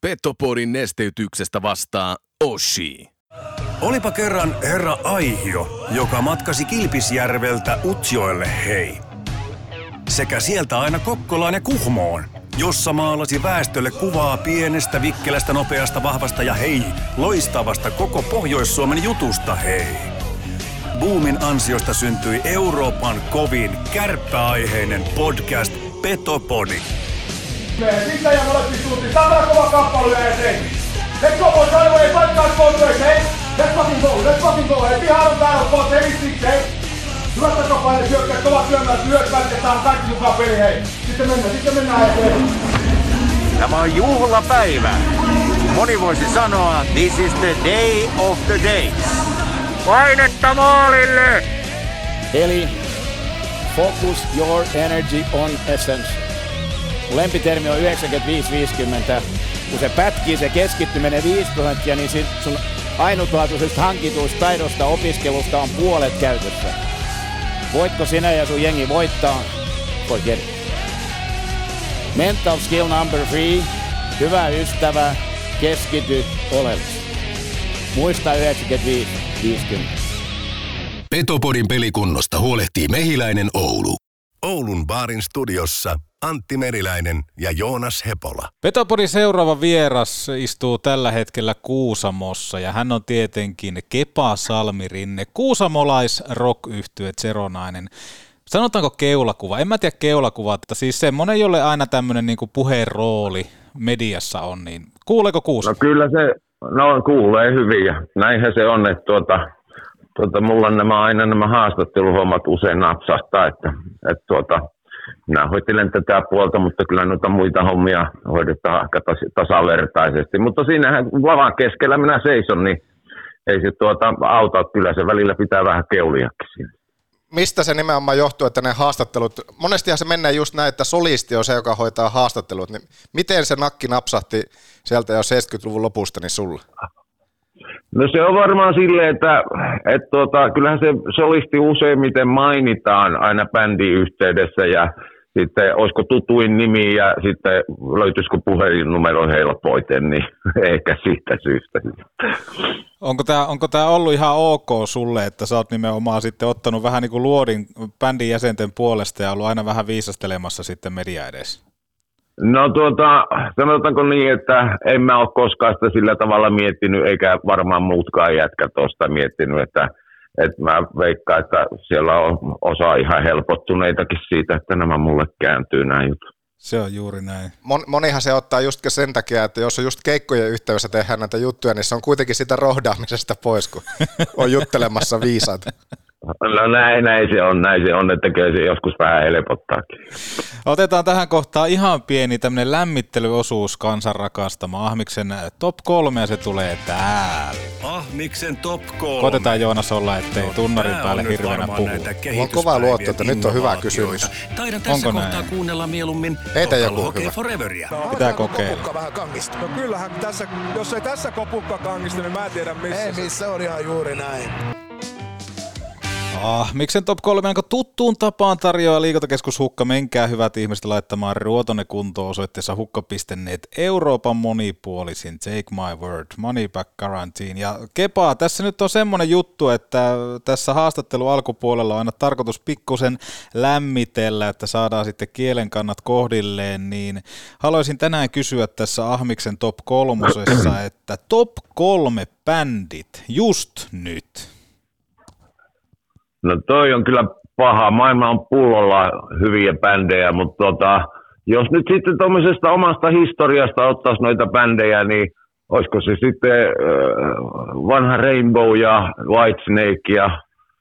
Petopodin nesteytyksestä vastaa Oshi. Olipa kerran herra Aihio, joka matkasi Kilpisjärveltä Utsjoelle hei. Sekä sieltä aina Kokkolaan ja Kuhmoon, jossa maalasi väestölle kuvaa pienestä, vikkelästä, nopeasta, vahvasta ja hei, loistavasta koko Pohjois-Suomen jutusta hei. Boomin ansiosta syntyi Euroopan kovin kärppäaiheinen podcast Petopodi. Sitten ja molempi suuntiin. Saadaan kova kamppailu ja eteen. Let's go boys, right away, fight guys both ways, hey. Let's fucking go, hey. Be hard on battle, boys, heavy six, hey. Hyvät takapaine syökkäät, kovat syömät, hyökkäät ja saadaan kaikki mukaan peli, hei. Sitten mennään eteen. Tämä on juhlapäivä. Moni voisi sanoa, this is the day of the days. Painetta maalille! Eli focus your energy on essence. Lempitermi on 95-50. Kun se pätkii, se keskittyminen 5%, niin sun ainutlaatuisesta hankituista taidosta opiskelusta on puolet käytössä. Voitko sinä ja sun jengi voittaa? Forget it. Mental skill number 3. Hyvä ystävä, keskity oleellisesti. Muista 95-50. Petopodin pelikunnosta huolehtii Mehiläinen Oulu. Oulun baarin studiossa Antti Meriläinen ja Joonas Hepola. Petopodin seuraava vieras istuu tällä hetkellä Kuusamossa ja hän on tietenkin Kepa Salmirinne, kuusamolais-rock-yhtye Zeronainen. Sanotaanko keulakuva? En mä tiedä keulakuva, että siis semmoinen, jolle aina tämmöinen niinku puheen rooli mediassa on, niin kuuleeko Kuusamo? No kyllä se, kuulee hyvin ja näinhän se on, että mulla nämä haastatteluhommat usein napsahtaa, että minä hoitelen tätä puolta, mutta kyllä noita muita hommia hoidetaan aika tasavertaisesti. Mutta siinähän lavan keskellä minä seison, niin ei se auta, kyllä se välillä pitää vähän keuliakin siinä. Mistä se nimenomaan johtuu, että ne haastattelut, monestihan se menee just näin, että solisti on se, joka hoitaa haastattelut, niin miten se nakki napsahti sieltä jo 70-luvun lopusta niin sulla? No se on varmaan silleen, että kyllähän se solisti useimmiten mainitaan aina bändin yhteydessä ja sitten olisiko tutuin nimi ja sitten löytyisikö puhelinnumero helpoiten, niin ehkä siitä syystä. Onko tämä ollut ihan ok sulle, että sä oot nimenomaan sitten ottanut vähän niin kuin luodin bändin jäsenten puolesta ja ollut aina vähän viisastelemassa sitten media edessä? No sanotaanko niin, että en mä ole koskaan sitä sillä tavalla miettinyt, eikä varmaan muutkaan jätkät ole sitä miettinyt, että mä veikkaan, että siellä on osa ihan helpottuneitakin siitä, että nämä mulle kääntyy näin jutut. Se on juuri näin. Monihan se ottaa just sen takia, että jos on just keikkojen yhteydessä tehdään näitä juttuja, niin se on kuitenkin sitä rohdaamisesta pois, kun on juttelemassa viisaat. No näin se on, että kyllä se joskus vähän helpottaakin. Otetaan tähän kohtaan ihan pieni tämmöinen lämmittelyosuus kansan rakastama Ahmiksen top 3 ja se tulee täällä. Ahmiksen top 3. Koitetaan Joonas olla, ettei tunnarin päälle hirveänä puhu. Mulla on kova luotto, että nyt on hyvä kysymys. Onko näin? Kuunnella mieluummin Heitä joku hyvä. Foreveria. Pitää kokeilla. Kopukka vähän kangista. No kyllähän tässä, jos ei tässä kopukka kangista, niin mä en tiedä missä. Ei missä, on ihan juuri näin. Miksen top 3 onko tuttuun tapaan tarjoaa liikuntakeskus Hukka. Menkää hyvät ihmiset laittamaan ruotonne kuntoon osoitteessa hukka.net. Euroopan monipuolisin Take My Word, Money Back Guarantee. Ja Kepa, tässä nyt on semmoinen juttu, että tässä haastattelu alkupuolella on aina tarkoitus pikkusen lämmitellä, että saadaan sitten kielen kannat kohdilleen, niin haluaisin tänään kysyä tässä Ahmiksen top 3, että top 3 bändit just nyt. No toi on kyllä paha. Maailma on pullolla hyviä bändejä, mutta jos nyt sitten tuommoisesta omasta historiasta ottaisi noita bändejä, niin olisiko se sitten vanha Rainbow ja Whitesnake ja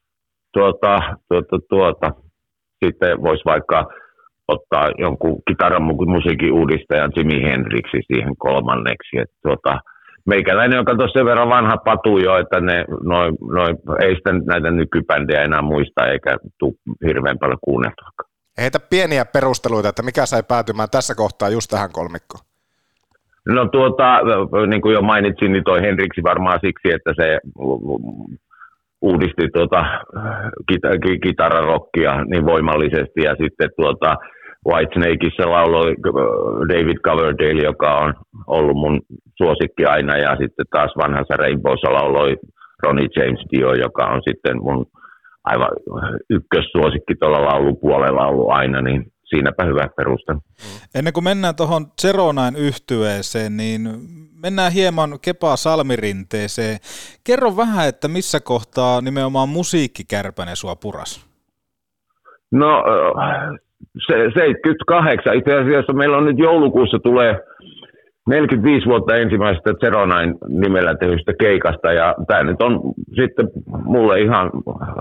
sitten voisi vaikka ottaa jonkun kitaramusiikin uudistajan Jimi Hendrixin siihen kolmanneksi. Meikäläinen on kato sen verran vanha patu jo, että ei sitä näitä nykybändejä enää muista eikä tule hirveän paljon kuunneltuakaan. Heitä pieniä perusteluita, että mikä sai päätymään tässä kohtaa just tähän kolmikkoon. No niin kuin jo mainitsin, niin toi Hendrixi varmaan siksi, että se uudisti kitararokkia niin voimallisesti ja sitten Whitesnakeissa lauloi David Coverdale, joka on ollut mun suosikki aina, ja sitten taas vanhassa Rainbowssa lauloi Ronnie James Dio, joka on sitten mun aivan ykkössuosikki tuolla laulupuolella ollut aina, niin siinäpä hyvä perusta. Ennen kuin mennään tuohon Zeronain yhtyeeseen, niin mennään hieman Kepa Salmirinteeseen. Kerro vähän, että missä kohtaa nimenomaan musiikkikärpäne sua puras? No 78. Itse asiassa meillä on nyt joulukuussa tulee 45 vuotta ensimmäisestä Zeronain nimellä tehdystä keikasta, ja tämä nyt on sitten mulle ihan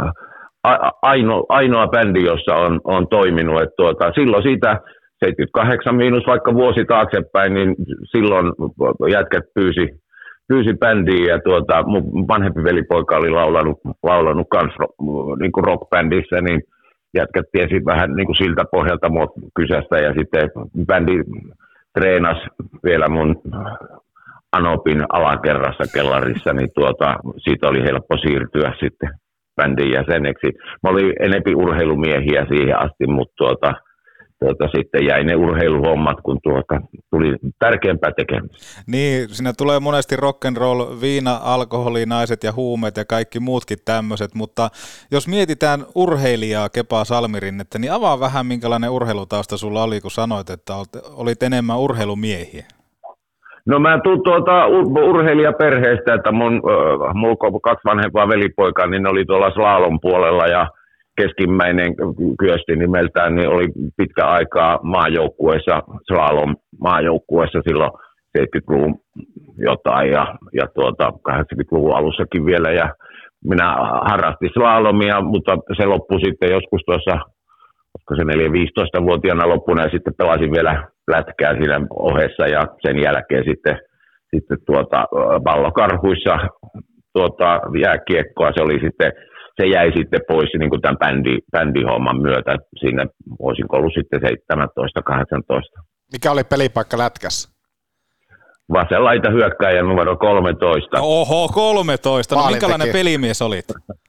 ainoa bändi, jossa on toiminut. Että silloin siitä 78 miinus vaikka vuosi taaksepäin, niin silloin jätkät pyysi bändiin, ja mun vanhempi velipoika oli laulanut kans niin kuin rockbändissä, niin jätkät tiesi vähän niin kuin siltä pohjalta mua kysästä, ja sitten bändi treenasi vielä mun Anopin alakerrassa kellarissa, niin siitä oli helppo siirtyä sitten bändin jäseneksi. Mä olin enempi urheilumiehiä siihen asti, mutta sitten jäi ne urheiluhommat, kun tuli tärkeämpää tekemistä. Niin, siinä tulee monesti rock'n'roll, viina, alkoholi, naiset ja huumeet ja kaikki muutkin tämmöiset, mutta jos mietitään urheilijaa Kepa Salmirinnettä, niin avaa vähän minkälainen urheilutausta sulla oli, kun sanoit, että olit enemmän urheilumiehiä. No mä tuun urheilijaperheestä, että mulla 2 vanhempaa velipoikaa, niin ne oli tuolla slalom puolella, ja keskimmäinen Kyösti nimeltään, niin oli pitkä aikaa maajoukkueessa, slalom-maajoukkueessa silloin 70-luvun jotain ja 80-luvun alussakin vielä, ja minä harrastin slalomia, mutta se loppui sitten joskus tuossa, koska se 4-15-vuotiaana loppuna, ja sitten pelasin vielä lätkää siinä ohessa, ja sen jälkeen sitten pallokarhuissa jääkiekkoa, se jäi sitten pois niin kuin tämän bändihomman myötä. Siinä olisinko ollut sitten 17-18. Mikä oli pelipaikka lätkässä? Vasen laita hyökkääjä numero 13. Oho, 13. No minkälainen pelimies olit?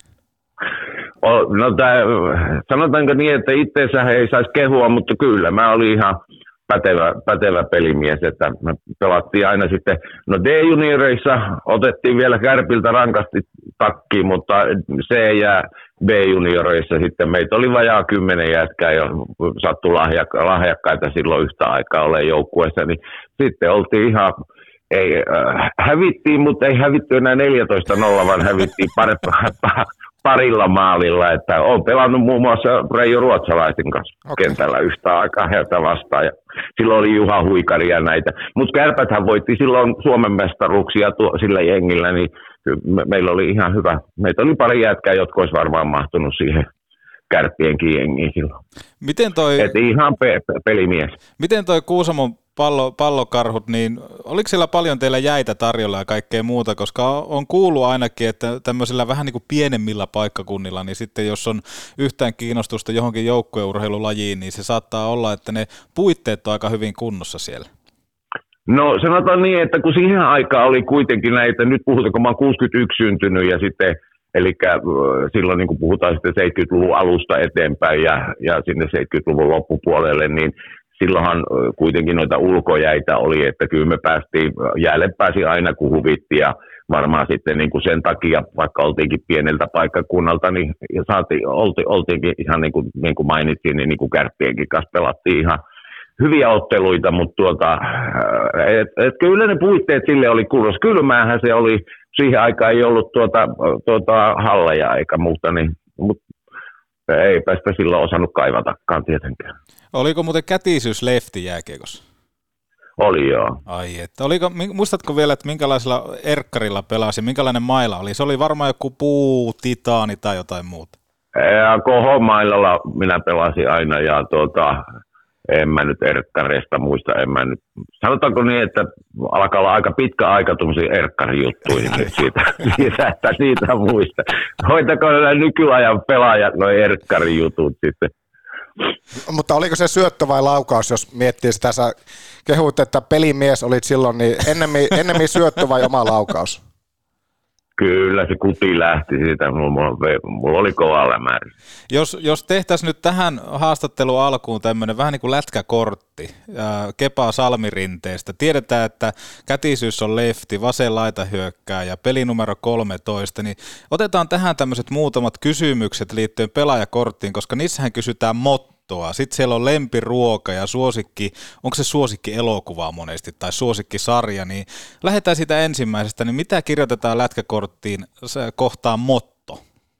No sanotaanko niin, että itseensä ei saisi kehua, mutta kyllä mä olin ihan pätevä pelimies, että me pelattiin aina sitten, no D-junioreissa otettiin vielä Kärpiltä rankasti takkiin, mutta C- ja B-junioreissa sitten meitä oli vajaa 10 jätkää, ja sattui lahjakkaita silloin yhtä aikaa ole joukkueessa, niin sitten oltiin ihan, hävittiin, mutta ei hävitty enää 14-0, vaan hävittiin parilla maalilla, että olen pelannut muun muassa Reijo Ruotsalaisen kanssa kentällä yhtä aikaa heiltä vastaan, ja silloin oli Juha Huikari ja näitä, mutta Kärpäthän voitti silloin Suomen mestaruuksia sillä jengillä, niin meillä oli ihan hyvä, meitä oli pari jätkää, jotka olisi varmaan mahtunut siihen Kärppienkin jengiin silloin. Et ihan pelimies. Miten toi Kuusamon pallokarhut, niin oliko siellä paljon teillä jäitä tarjolla ja kaikkea muuta, koska on kuullut ainakin, että tämmöisillä vähän niin kuin pienemmillä paikkakunnilla, niin sitten jos on yhtään kiinnostusta johonkin joukkueurheilulajiin, niin se saattaa olla, että ne puitteet on aika hyvin kunnossa siellä. No sanotaan niin, että kun siihen aikaan oli kuitenkin näitä, nyt puhutaan, kun mä oon 61 syntynyt ja sitten, eli silloin niin kun puhutaan sitten 70-luvun alusta eteenpäin ja sinne 70-luvun loppupuolelle, niin silloinhan kuitenkin noita ulkojäitä oli, että kyllä me jäälle pääsi aina kun huvitti, ja varmaan sitten niin kuin sen takia, vaikka oltiinkin pieneltä paikkakunnalta, niin oltiinkin ihan niin kuin mainitsin, niin kuin Kärppienkin kanssa pelattiin ihan hyviä otteluita, mutta kyllä ne puitteet sille oli kunnossa. Kylmähän se oli, siihen aikaan ei ollut halleja eikä muuta, niin, mutta eipä sitä silloin osannut kaivatakaan tietenkään. Oliko muuten kätisyys lefti jääkiekossa? Oli joo. Ai että, muistatko vielä, että minkälaisella erkkarilla pelasi, minkälainen maila oli? Se oli varmaan joku puu, titaani tai jotain muuta. KH-mailalla minä pelasin aina, ja en mä nyt erkkareista muista, sanotaanko niin, että alkaa olla aika pitkä aika tuollaisiin erkkarijuttuihin nyt siitä muista. Hoitako nämä nykyajan pelaajat nuo erkkarijutut sitten? Mutta oliko se syöttö vai laukaus, jos miettii sitä, sä kehuit, että pelimies olit silloin, niin ennemmin syöttö vai oma laukaus? Kyllä se kuti lähti siitä, mulla oli kova lämäri. Jos tehtäisiin nyt tähän haastattelun alkuun tämmöinen vähän niin kuin lätkäkortti Kepa Salmirinteestä. Tiedetään, että kätisyys on lefti, vasen laita hyökkää ja pelinumero 13, niin otetaan tähän tämmöiset muutamat kysymykset liittyen pelaajakorttiin, koska niissähän kysytään mottoa. Sitten siellä on lempiruoka ja suosikki, onko se suosikki elokuvaa monesti tai suosikki sarja, niin lähdetään siitä ensimmäisestä, niin mitä kirjoitetaan lätkäkorttiin kohtaan motto?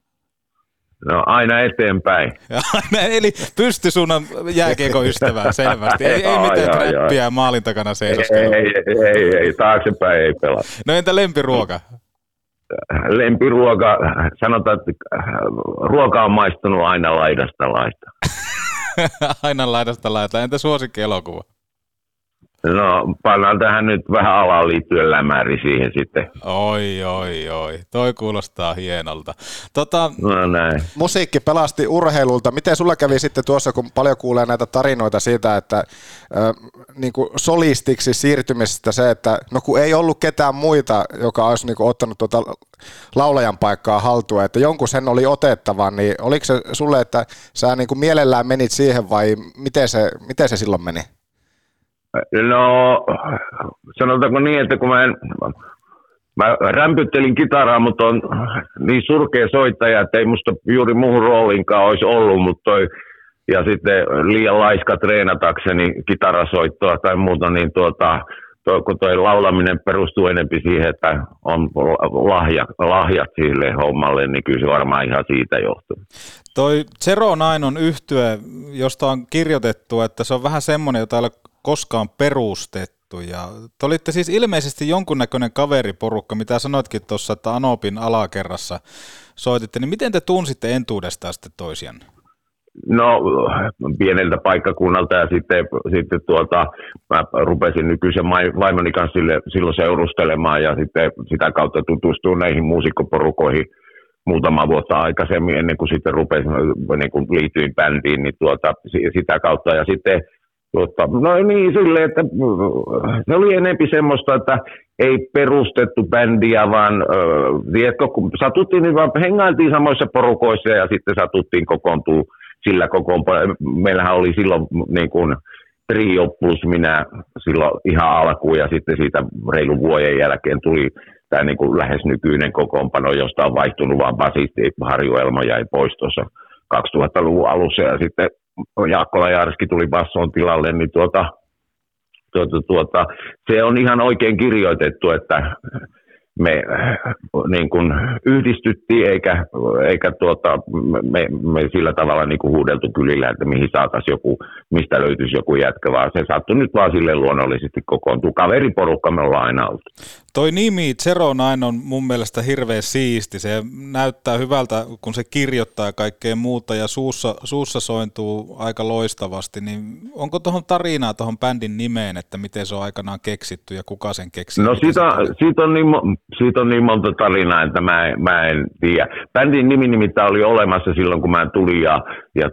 No aina eteenpäin. Eli pystysuunnan jääkiekon ystävää selvästi, ei mitään räppiä maalin takana seisoskelua. Ei, taaksepäin ei pelaa. No entä lempiruoka? Lempiruoka, sanotaan, että ruoka on maistunut aina laidasta laitaan. Aina laidasta laitaan. Entä suosikki elokuva? No, pannaan tähän nyt vähän alaan liittyen lämäri siihen sitten. Oi. Toi kuulostaa hienolta. No näin. Musiikki pelasti urheilulta. Miten sulla kävi sitten tuossa, kun paljon kuulee näitä tarinoita siitä, että niin kuin solistiksi siirtymisestä se, että no kun ei ollut ketään muita, joka olisi niin kuin ottanut laulajan paikkaa haltuun, että jonkun sen oli otettava, niin oliko se sulle, että sä niin kuin mielellään menit siihen vai miten se silloin meni? No, sanotaanko niin, että kun mä rämpyttelin kitaraa, mutta on niin surkea soittaja, että ei musta juuri muuhun roolinkaan olisi ollut, ja sitten liian laiska treenatakseni kitarasoittoa tai muuta, niin kun toi laulaminen perustuu enemmän siihen, että on lahjat sille hommalle, niin kyllä se varmaan ihan siitä johtuu. Toi Zero Nine on yhtye, josta on kirjoitettu, että se on vähän semmoinen, jota ei ole koskaan perustettu. Ja te olitte siis ilmeisesti jonkunnäköinen kaveriporukka, mitä sanoitkin tuossa, että Anopin alakerrassa soititte, niin miten te tunsitte entuudestaan sitten toisianne? No pieneltä paikkakunnalta ja sitten mä rupesin nykyisen vaimoni kanssa silloin seurustelemaan ja sitten sitä kautta tutustuin näihin muusikkoporukoihin muutama vuotta aikaisemmin ennen kuin sitten rupesin, niin kuin liityin bändiin, niin sitä kautta ja sitten no niin silleen, että se oli enempi semmoista, että ei perustettu bändiä, vaan tiedätkö, kun satuttiin, niin vaan hengailtiin samoissa porukoissa ja sitten satuttiin kokoontua sillä kokoonpanolla. Meillähän oli silloin niin kuin trio plus minä silloin ihan alkuun ja sitten siitä reilun vuoden jälkeen tuli tämä niin kuin lähes nykyinen kokoonpano, josta on vaihtunut vaan basisti Harju Elmo jäi pois tuossa 2000-luvun alussa ja sitten Jaakkola Jarski tuli bassoon tilalle, niin se on ihan oikein kirjoitettu, että me niin kuin yhdistyttiin eikä me sillä tavalla niin kuin huudeltu kylillä, että mihin saataisiin mistä löytyisi joku jätkä, vaan se sattui nyt vaan sille luonnollisesti kokoontua. Kaveriporukka me ollaan aina ollut. Toi nimi Zero Nine on mun mielestä hirveän siisti. Se näyttää hyvältä, kun se kirjoittaa ja kaikkea muuta ja suussa sointuu aika loistavasti. Niin onko tuohon tarinaa tuohon bändin nimeen, että miten se on aikanaan keksitty ja kuka sen keksi? No siitä on niin monta tarinaa, että mä en tiedä. Bändin nimi nimittäin oli olemassa silloin, kun mä tulin ja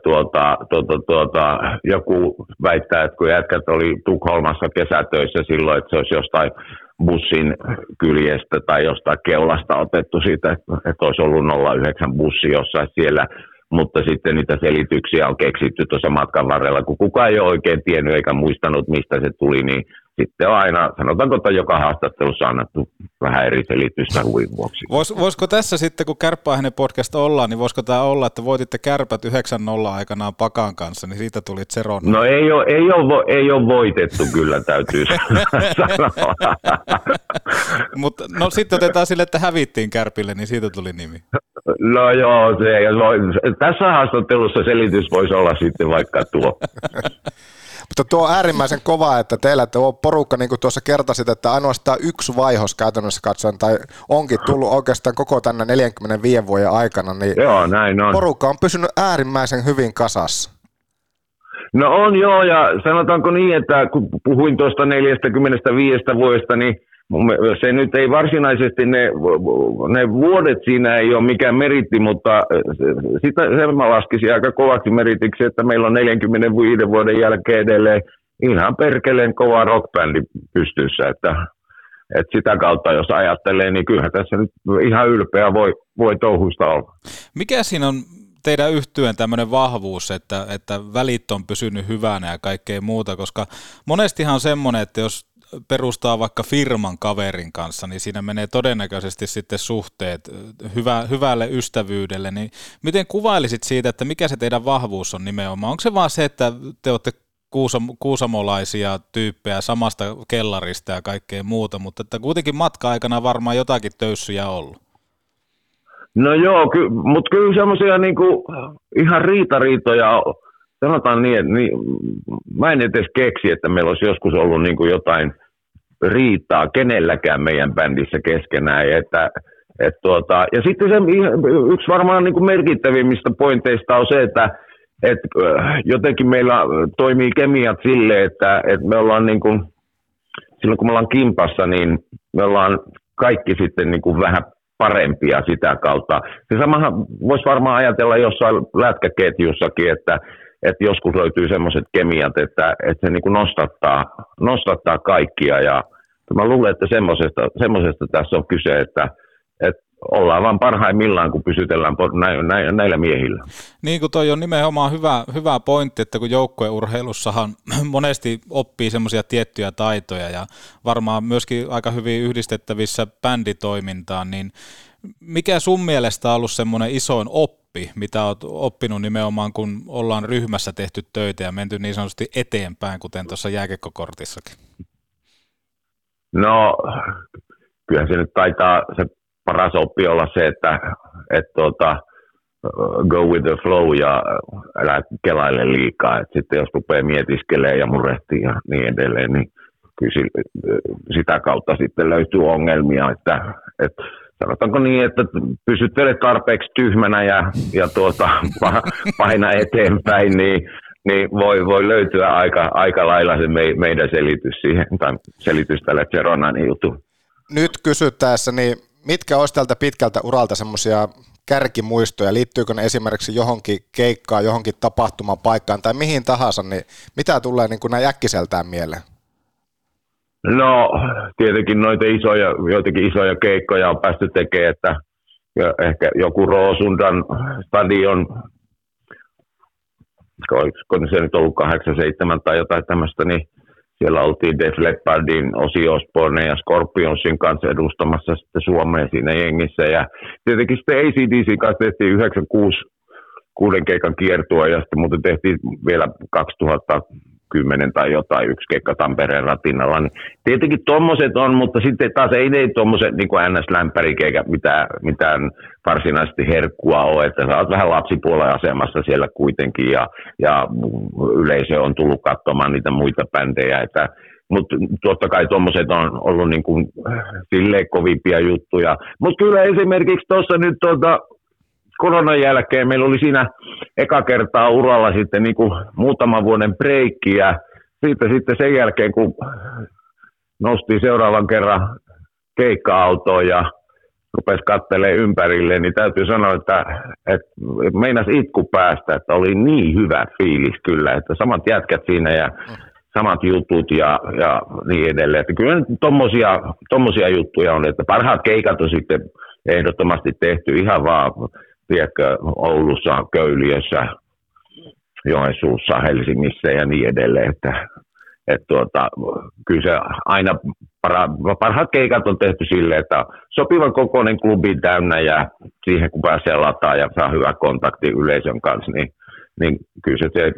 joku väittää, että kun jätkät oli Tukholmassa kesätöissä silloin, että se olisi jostain bussin kyljestä tai jostain keulasta otettu siitä, että olisi ollut 09 bussi jossain siellä, mutta sitten niitä selityksiä on keksitty tuossa matkan varrella, kun kukaan ei ole oikein tiennyt eikä muistanut, mistä se tuli, niin sitten on aina, sanotaanko, että joka haastattelussa annettu vähän eri selitystä huvin vuoksi. Voisiko tässä sitten, kun Kärppäinen podcast ollaan, niin voisiko tämä olla, että voititte Kärpät 9-0 aikanaan Pakan kanssa, niin siitä tuli Zero Nine? No ei ole voitettu kyllä, täytyy sanoa. Mutta no sitten otetaan sille, että hävittiin Kärpille, niin siitä tuli nimi. No joo, tässä haastattelussa selitys voisi olla sitten vaikka tuo. Mutta tuo on äärimmäisen kova, että teillä tuo porukka, niin kuin tuossa kertasit, että ainoastaan yksi vaihos käytännössä katsoen, tai onkin tullut oikeastaan koko tänne 45 vuoden aikana, niin joo, näin on. Porukka on pysynyt äärimmäisen hyvin kasassa. No on joo, ja sanotaanko niin, että kun puhuin tuosta 45 vuodesta, niin se nyt ei varsinaisesti, ne vuodet siinä ei ole mikään meritti, mutta sen mä laskisin aika kovaksi meritiksi, että meillä on 45 vuoden jälkeen edelleen ihan perkeleen kova rockbändi pystyssä, että sitä kautta, jos ajattelee, niin kyllähän tässä nyt ihan ylpeä voi touhuista olla. Mikä siinä on teidän yhtyeen tämmöinen vahvuus, että välit on pysynyt hyvänä ja kaikkea muuta, koska monestihan on semmoinen, että jos perustaa vaikka firman kaverin kanssa, niin siinä menee todennäköisesti sitten suhteet hyvälle ystävyydelle, niin miten kuvailisit siitä, että mikä se teidän vahvuus on nimenomaan? Onko se vaan se, että te olette kuusamolaisia tyyppejä samasta kellarista ja kaikkea muuta, mutta että kuitenkin matka-aikana varmaan jotakin töyssyjä ollut? No joo, mutta kyllä semmoisia niinku ihan riitariitoja, sanotaan niin, että mä en edes keksi, että meillä olisi joskus ollut niinku jotain riitaa kenelläkään meidän bändissä keskenään. Ja sitten se yksi varmaan niinku merkittävimmistä pointeista on se, että jotenkin meillä toimii kemiat silleen, että me ollaan niinku, silloin kun me ollaan kimpassa, niin me ollaan kaikki sitten niinku vähän parempia sitä kautta. Se samahan voisi varmaan ajatella jossain lätkäketjussakin, että joskus löytyy semmoiset kemiat, että se niin kuin nostattaa kaikkia. Ja mä luulen, että semmoisesta tässä on kyse, että ollaan vaan parhaimmillaan, kun pysytellään näillä miehillä. Niin kuin toi on nimenomaan hyvä pointti, että kun joukkueurheilussahan monesti oppii semmoisia tiettyjä taitoja ja varmaan myöskin aika hyvin yhdistettävissä bänditoimintaan, niin mikä sun mielestä on ollut semmoinen isoin oppi, mitä olet oppinut nimenomaan, kun ollaan ryhmässä tehty töitä ja menty niin sanotusti eteenpäin, kuten tuossa jääkiekkokortissakin? No, kyllähän se nyt taitaa se paras oppi olla se, että go with the flow ja älä kelaile liikaa. Et sitten jos rupeaa mietiskelemään ja murehtii ja niin edelleen, niin kyllä sitä kautta sitten löytyy ongelmia. Että sanotaanko niin, että pysyttele tarpeeksi tyhmänä ja paina eteenpäin, niin voi löytyä aika lailla se meidän selitys siihen, tai selitys tälle Zeronanin jutulle. Nyt kysyttäessä, niin mitkä olisi tältä pitkältä uralta semmoisia kärkimuistoja? Liittyykö ne esimerkiksi johonkin keikkaan, johonkin tapahtumapaikkaan tai mihin tahansa, niin mitä tulee niin kuin näin äkkiseltään mieleen? No tietenkin joitakin isoja keikkoja on päästy tekemään, että ehkä joku Roosundan stadion, olisiko se nyt ollut 87 tai jotain tämmöistä, niin siellä oltiin Def Leppardin, Ozzy Osbourne ja Scorpionsin kanssa edustamassa sitten Suomea siinä jengissä. Ja tietenkin sitten AC/DC kanssa tehtiin 96 6 keikan kiertua ja sitten muuten tehtiin vielä 2010 tai jotain yksi keikka Tampereen ratinalla. Niin tietenkin tommoset on, mutta sitten taas ei tommoset niin kuin NS-lämpärikeikat mitään varsinaisesti herkkua ole, että sä oot vähän lapsipuolen asemassa siellä kuitenkin ja yleisö on tullut katsomaan niitä muita bändejä, mutta totta kai tuommoiset on ollut niin kuin silleen kovimpia juttuja. Mutta kyllä esimerkiksi tuossa nyt koronan jälkeen meillä oli siinä eka kertaa uralla sitten niin kuin muutaman vuoden breikki ja sitten sen jälkeen kun nosti seuraavan kerran keikka-autoon ja rupesi katselemaan ympärille, niin täytyy sanoa, että meinasi itku päästä, että oli niin hyvä fiilis kyllä, että samat jätkät siinä ja samat jutut ja niin edelleen. Että kyllä tommosia juttuja on, että parhaat keikat on sitten ehdottomasti tehty ihan vaan, tiedätkö, Oulussa, Köyliössä, Joensuussa, Helsingissä ja niin edelleen, että kyllä se aina parhaat keikat on tehty silleen, että sopivan kokoinen klubi täynnä ja siihen kun pääsee lataa ja saa hyvä kontakti yleisön kanssa, niin kyllä se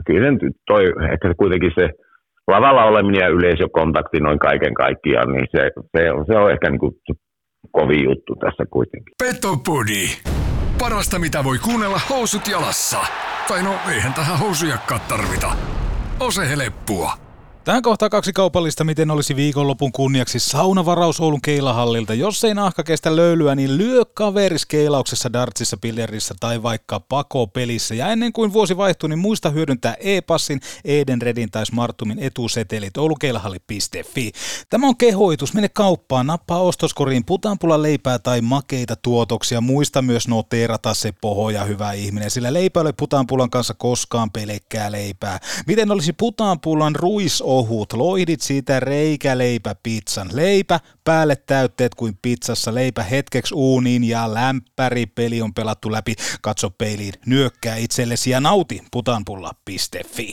ehkä kuitenkin se lavalla oleminen ja yleisökontakti noin kaiken kaikkiaan, niin se on ehkä niin kuin kovin juttu tässä kuitenkin. Petopodi. Parasta mitä voi kuunnella housut jalassa. Tai no eihän tähän housujakkaan tarvita. Ose heleppua. Tähän kohtaan 2 kaupallista, miten olisi viikonlopun kunniaksi saunavaraus Oulun keilahallilta. Jos ei nahka kestä löylyä, niin lyö kaveris keilauksessa, dartsissa, biljardissa tai vaikka pakopelissä. Ja ennen kuin vuosi vaihtuu, niin muista hyödyntää e-passin, Edenredin tai Smartumin etusetelit oulukeilahalli.fi. Tämä on kehoitus, mene kauppaan, nappaa ostoskoriin putanpulan leipää tai makeita tuotoksia. Muista myös noteerata se pohoja, hyvä ihminen, sillä leipä ei ole putanpulan kanssa koskaan pelkkää leipää. Miten olisi putanpulan ruisolutta ohut, loihdit siitä reikäleipäpizzan. Leipä, päälle täytteet kuin pizzassa, leipä hetkeksi uuniin ja lämpäri, peli on pelattu läpi. Katso peiliin, nyökkää itsellesi ja nauti putanpulla.fi.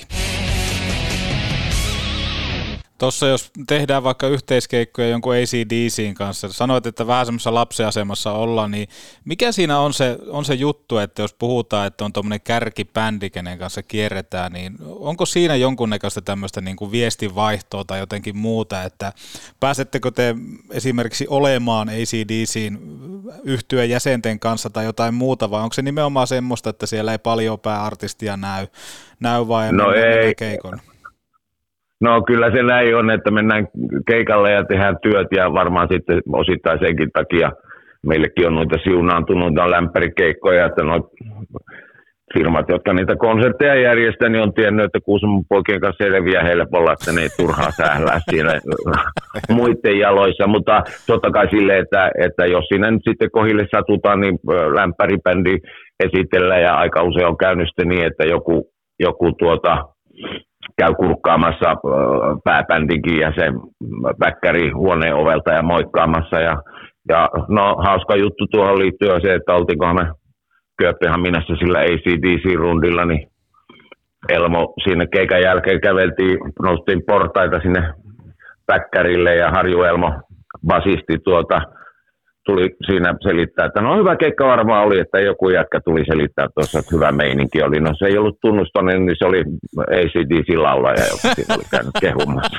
Tuossa jos tehdään vaikka yhteiskeikkoja jonkun AC/DC:n kanssa, sanoit, että vähän semmoisessa lapsiasemassa ollaan, niin mikä siinä on se juttu, että jos puhutaan, että on tuommoinen kärkibändi, kenen kanssa kierretään, niin onko siinä jonkunnäköistä tämmöistä niin kuin viestinvaihtoa tai jotenkin muuta, että pääsettekö te esimerkiksi olemaan AC/DC:n yhtyeen jäsenten kanssa tai jotain muuta, vai onko se nimenomaan semmoista, että siellä ei paljon pääartistia näy vai keikon? No kyllä se näin on, että mennään keikalle ja tehdään työt ja varmaan sitten osittain senkin takia meillekin on noita siunaantuneita lämpärikeikkoja, että noita firmat, jotka niitä konsertteja järjestää, niin on tiennyt, että Kuusamon poikien kanssa selviää helpolla, että ne ei turhaa sählää siellä muiden jaloissa, mutta totta kai silleen, että jos siinä nyt sitten kohille satutaan, niin lämpäribändi esitellään ja aika usein on käynyt sitten niin, että joku käy kurkkaamassa pääbändinkin ja sen väkkäri huoneen ovelta ja moikkaamassa. Ja no hauska juttu tuohon liittyen on se, että oltiinkohan me Kööpenhaminassa sillä AC/DC-rundilla, niin Elmo siinä keikan jälkeen noustiin portaita sinne väkkärille ja Harju Elmo basisti tuli siinä selittää, että no hyvä keikka varmaan oli, että joku jätkä tuli selittää tuossa, että hyvä meininki oli. No se ei ollut tunnustainen, niin se oli AC/DC-laulaja, joka siinä oli käynyt kehumassa.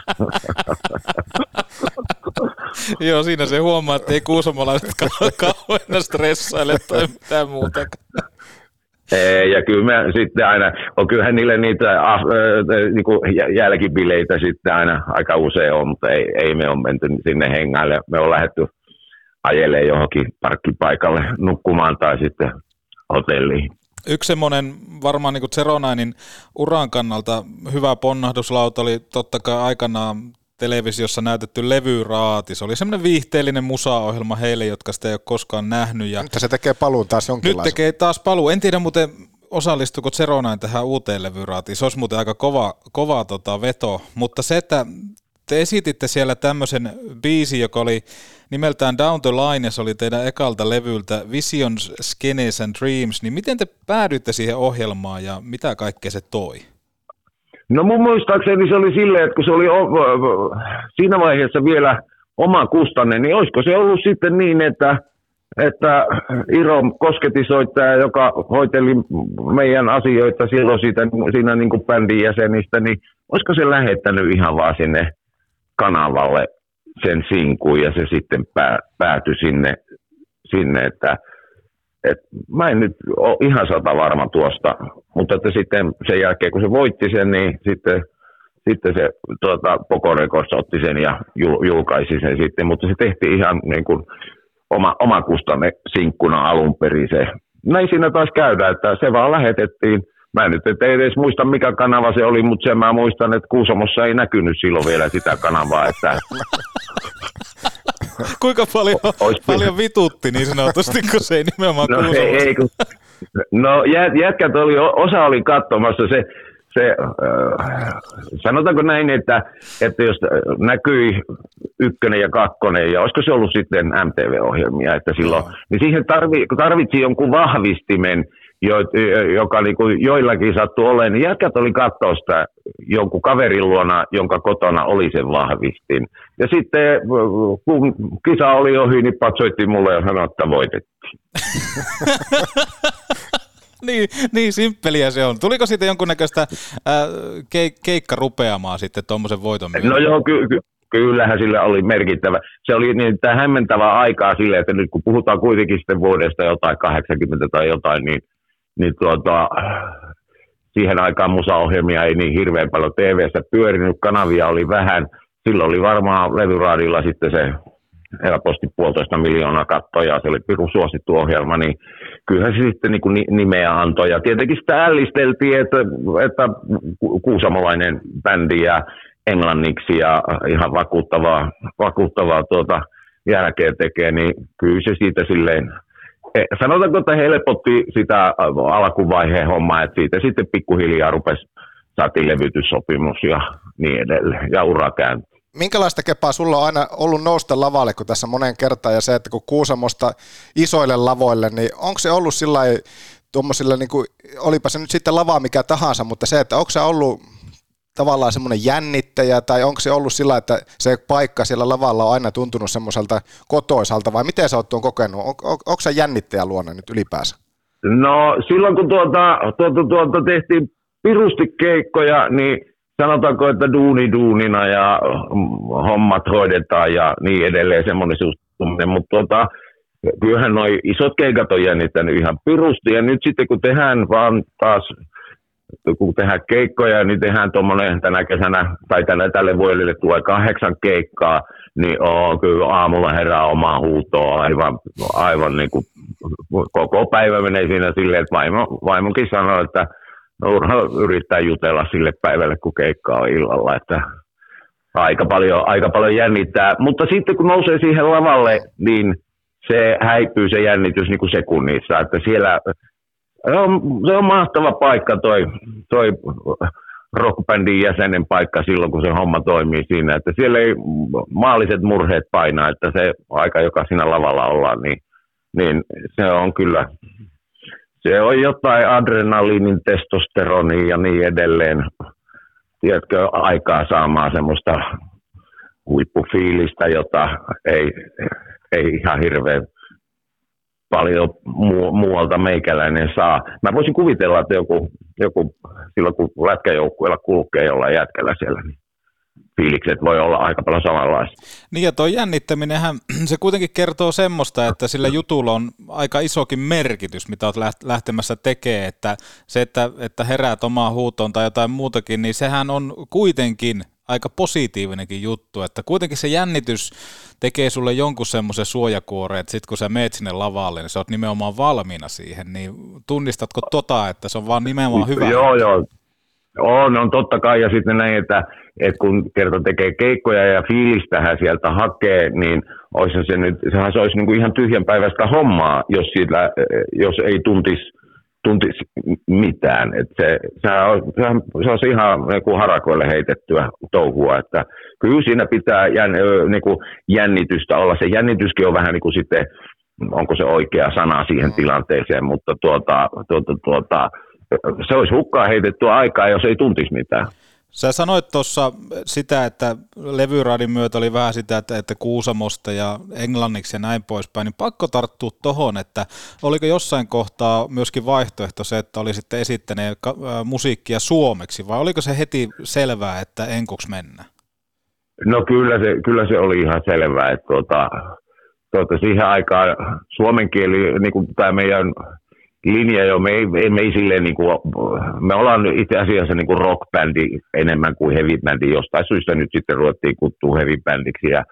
Joo, siinä se huomaa, että ei kuusamalaiset kauheena stressaile tai mitään muuta. Ja kyllä me sitten aina, kyllähän niille niitä niinku jälkibileitä sitten aina aika usein on, mutta ei me ole menty sinne hengaille. Me on lähdetty ajelee johonkin parkkipaikalle nukkumaan tai sitten hotelliin. Yksi semmoinen varmaan niin Zeronainin uran kannalta hyvä ponnahduslauta oli totta kai aikanaan televisiossa näytetty Levyraati. Se oli semmoinen viihteellinen musaohjelma heille, jotka sitä ei ole koskaan nähnyt. Ja nyt se tekee paluun taas jonkinlaisen. Nyt tekee taas paluu. En tiedä muuten osallistuiko Zeronain tähän uuteen Levyraatiin. Se olisi muuten aika kova veto, mutta se, että te esititte siellä tämmöisen biisin, joka oli nimeltään Down the Line, ja se oli teidän ekalta levyltä Visions, Skenes and Dreams, niin miten te päädyitte siihen ohjelmaan ja mitä kaikkea se toi? No mun muistaakseni se oli silleen, että kun se oli siinä vaiheessa vielä oma kustanne, niin olisiko se ollut sitten niin, että Iro kosketisoittaja, joka hoiteli meidän asioita silloin siinä niin kuin bändin jäsenistä, niin olisiko se lähettänyt ihan vaan sinne kanavalle sen sinkuun ja se sitten päätyi sinne että mä en nyt ole ihan 100% varma tuosta, mutta että sitten sen jälkeen kun se voitti sen, niin sitten se Poco Records otti sen ja julkaisi sen sitten, mutta se tehtiin ihan niin kuin oma kustanne sinkkuna alun perin se. Näin siinä taas käydään, että se vaan lähetettiin. Mä nyt ei edes muista mikä kanava se oli, mutta sen mä muistan, että Kuusamossa ei näkynyt silloin vielä sitä kanavaa. Että kuinka paljon vitutti niin sanotusti, kun se ei nimenomaan Kuusamossa? No jätkät osa oli katsomassa se sanotaanko näin, että jos näkyi 1 ja 2, ja olisiko se ollut sitten MTV-ohjelmia, että silloin, niin siihen tarvitsi jonkun vahvistimen, joka niinku joillakin sattui olemaan, niin jätkät oli katsoa sitä jonkun kaverin luona, jonka kotona oli sen vahvistin. Ja sitten kun kisa oli ohi, niin patsoitti mulle ja sanoi, että voitettiin. Niin simppeliä se on. Tuliko siitä jonkunnäköistä keikkarupeamaa sitten tuommoisen voiton myötä? No joo, kyllähän sillä oli merkittävä. Se oli niin hämmentävää aikaa silleen, että nyt kun puhutaan kuitenkin sitten vuodesta jotain 80 tai jotain, niin siihen aikaan musaohjelmia ei niin hirveän paljon TV:ssä pyörinyt, kanavia oli vähän. Silloin oli varmaan Levyraadilla sitten se helposti 1,5 miljoonaa kattoja, se oli pirun suosittu ohjelma, niin kyllähän se sitten niin kuin nimeä antoi. Ja tietenkin sitä ällisteltiin, että kuusamolainen bändi ja englanniksi ja ihan vakuuttavaa jälkeen tekee, niin kyllä se siitä silleen, sanotaanko, että helpotti sitä alkuvaiheen hommaa, että siitä sitten pikkuhiljaa rupesi saatiin levytyssopimus ja niin edelleen, ja ura kääntyi. Minkälaista kepaa sulla on aina ollut nousta lavalle, kun tässä monen kertaan, ja se, että kun Kuusamosta isoille lavoille, niin onko se ollut sillai tuommoisilla, niin kuin, olipa se nyt sitten lava mikä tahansa, mutta se, että onko se ollut tavallaan semmoinen jännittäjä, tai onko se ollut sillä, että se paikka siellä lavalla on aina tuntunut semmoiselta kotoisalta, vai miten sä oot tuon kokenut? Onko se jännittäjä luonne nyt ylipäänsä? No silloin kun tehtiin pirusti keikkoja, niin sanotaanko, että duunina ja hommat hoidetaan ja niin edelleen semmoinen suhtuminen, mutta kyllähän noi isot keikat on jännittänyt ihan pirusti, ja nyt sitten kun tehdään vaan taas, kun tehdään keikkoja, niin tehdään tuommoinen tänä kesänä, tai tälle vuodelle tulee 8 keikkaa, niin kyllä aamulla herää omaa huutoa aivan niin kuin koko päivä menee siinä silleen, että vaimokin sanoo, että Urho yrittää jutella sille päivälle, kun keikka on illalla, että aika paljon jännittää, mutta sitten kun nousee siihen lavalle, niin se häipyy se jännitys niin kuin sekunnissa, että siellä se on mahtava paikka toi rockbändin jäsenen paikka silloin, kun se homma toimii siinä, että siellä ei maalliset murheet painaa, että se aika, joka siinä lavalla ollaan, niin se on kyllä, se on jotain adrenaliinin, testosteronia ja niin edelleen, tiedätkö, aikaa saamaan semmoista huippufiilistä, jota ei ihan hirveän paljon muualta meikäläinen saa. Mä voisin kuvitella, että joku silloin kun lätkäjoukkueella kulkee jollain jätkällä siellä, niin fiilikset voi olla aika paljon samanlaisia. Niin ja tuo jännittäminenhän, se kuitenkin kertoo semmoista, että sillä jutulla on aika isokin merkitys, mitä olet lähtemässä tekemään, että se, että heräät omaan huutoon tai jotain muutakin, niin sehän on kuitenkin aika positiivinenkin juttu, että kuitenkin se jännitys tekee sulle jonkun semmoisen suojakuoreen, että sit kun sä meet sinne lavalle, niin sä oot nimenomaan valmiina siihen, niin tunnistatko että se on vaan nimenomaan hyvä? Joo. On totta kai, ja sitten näin, että kun kerta tekee keikkoja ja fiilistähän sieltä hakee, niin sehän se olisi niin kuin ihan tyhjänpäiväistä hommaa, jos ei tuntisi mitään. Että se on ihan niin kuin harakoille heitettyä touhua, että kyllä siinä pitää niin kuin jännitystä olla. Se jännityskin on vähän niin kuin sitten, onko se oikea sana siihen tilanteeseen, mutta se olisi hukkaan heitettyä aikaa, jos ei tuntisi mitään. Sä sanoit tuossa sitä, että levyradin myötä oli vähän sitä, että Kuusamosta ja englanniksi ja näin poispäin, niin pakko tarttua tohon, että oliko jossain kohtaa myöskin vaihtoehto se, että olisitte esittäneet musiikkia suomeksi, vai oliko se heti selvää, että enkuksi mennään? No kyllä se oli ihan selvää, että siihen aikaan suomen kieli, niin kuin tämä meidän linja jo, me ei silleen niin kuin, me ollaan itse asiassa niin kuin rockbändi enemmän kuin heavy-bändi, jostain syystä nyt sitten ruvettiin kuttua heavy-bändiksi ja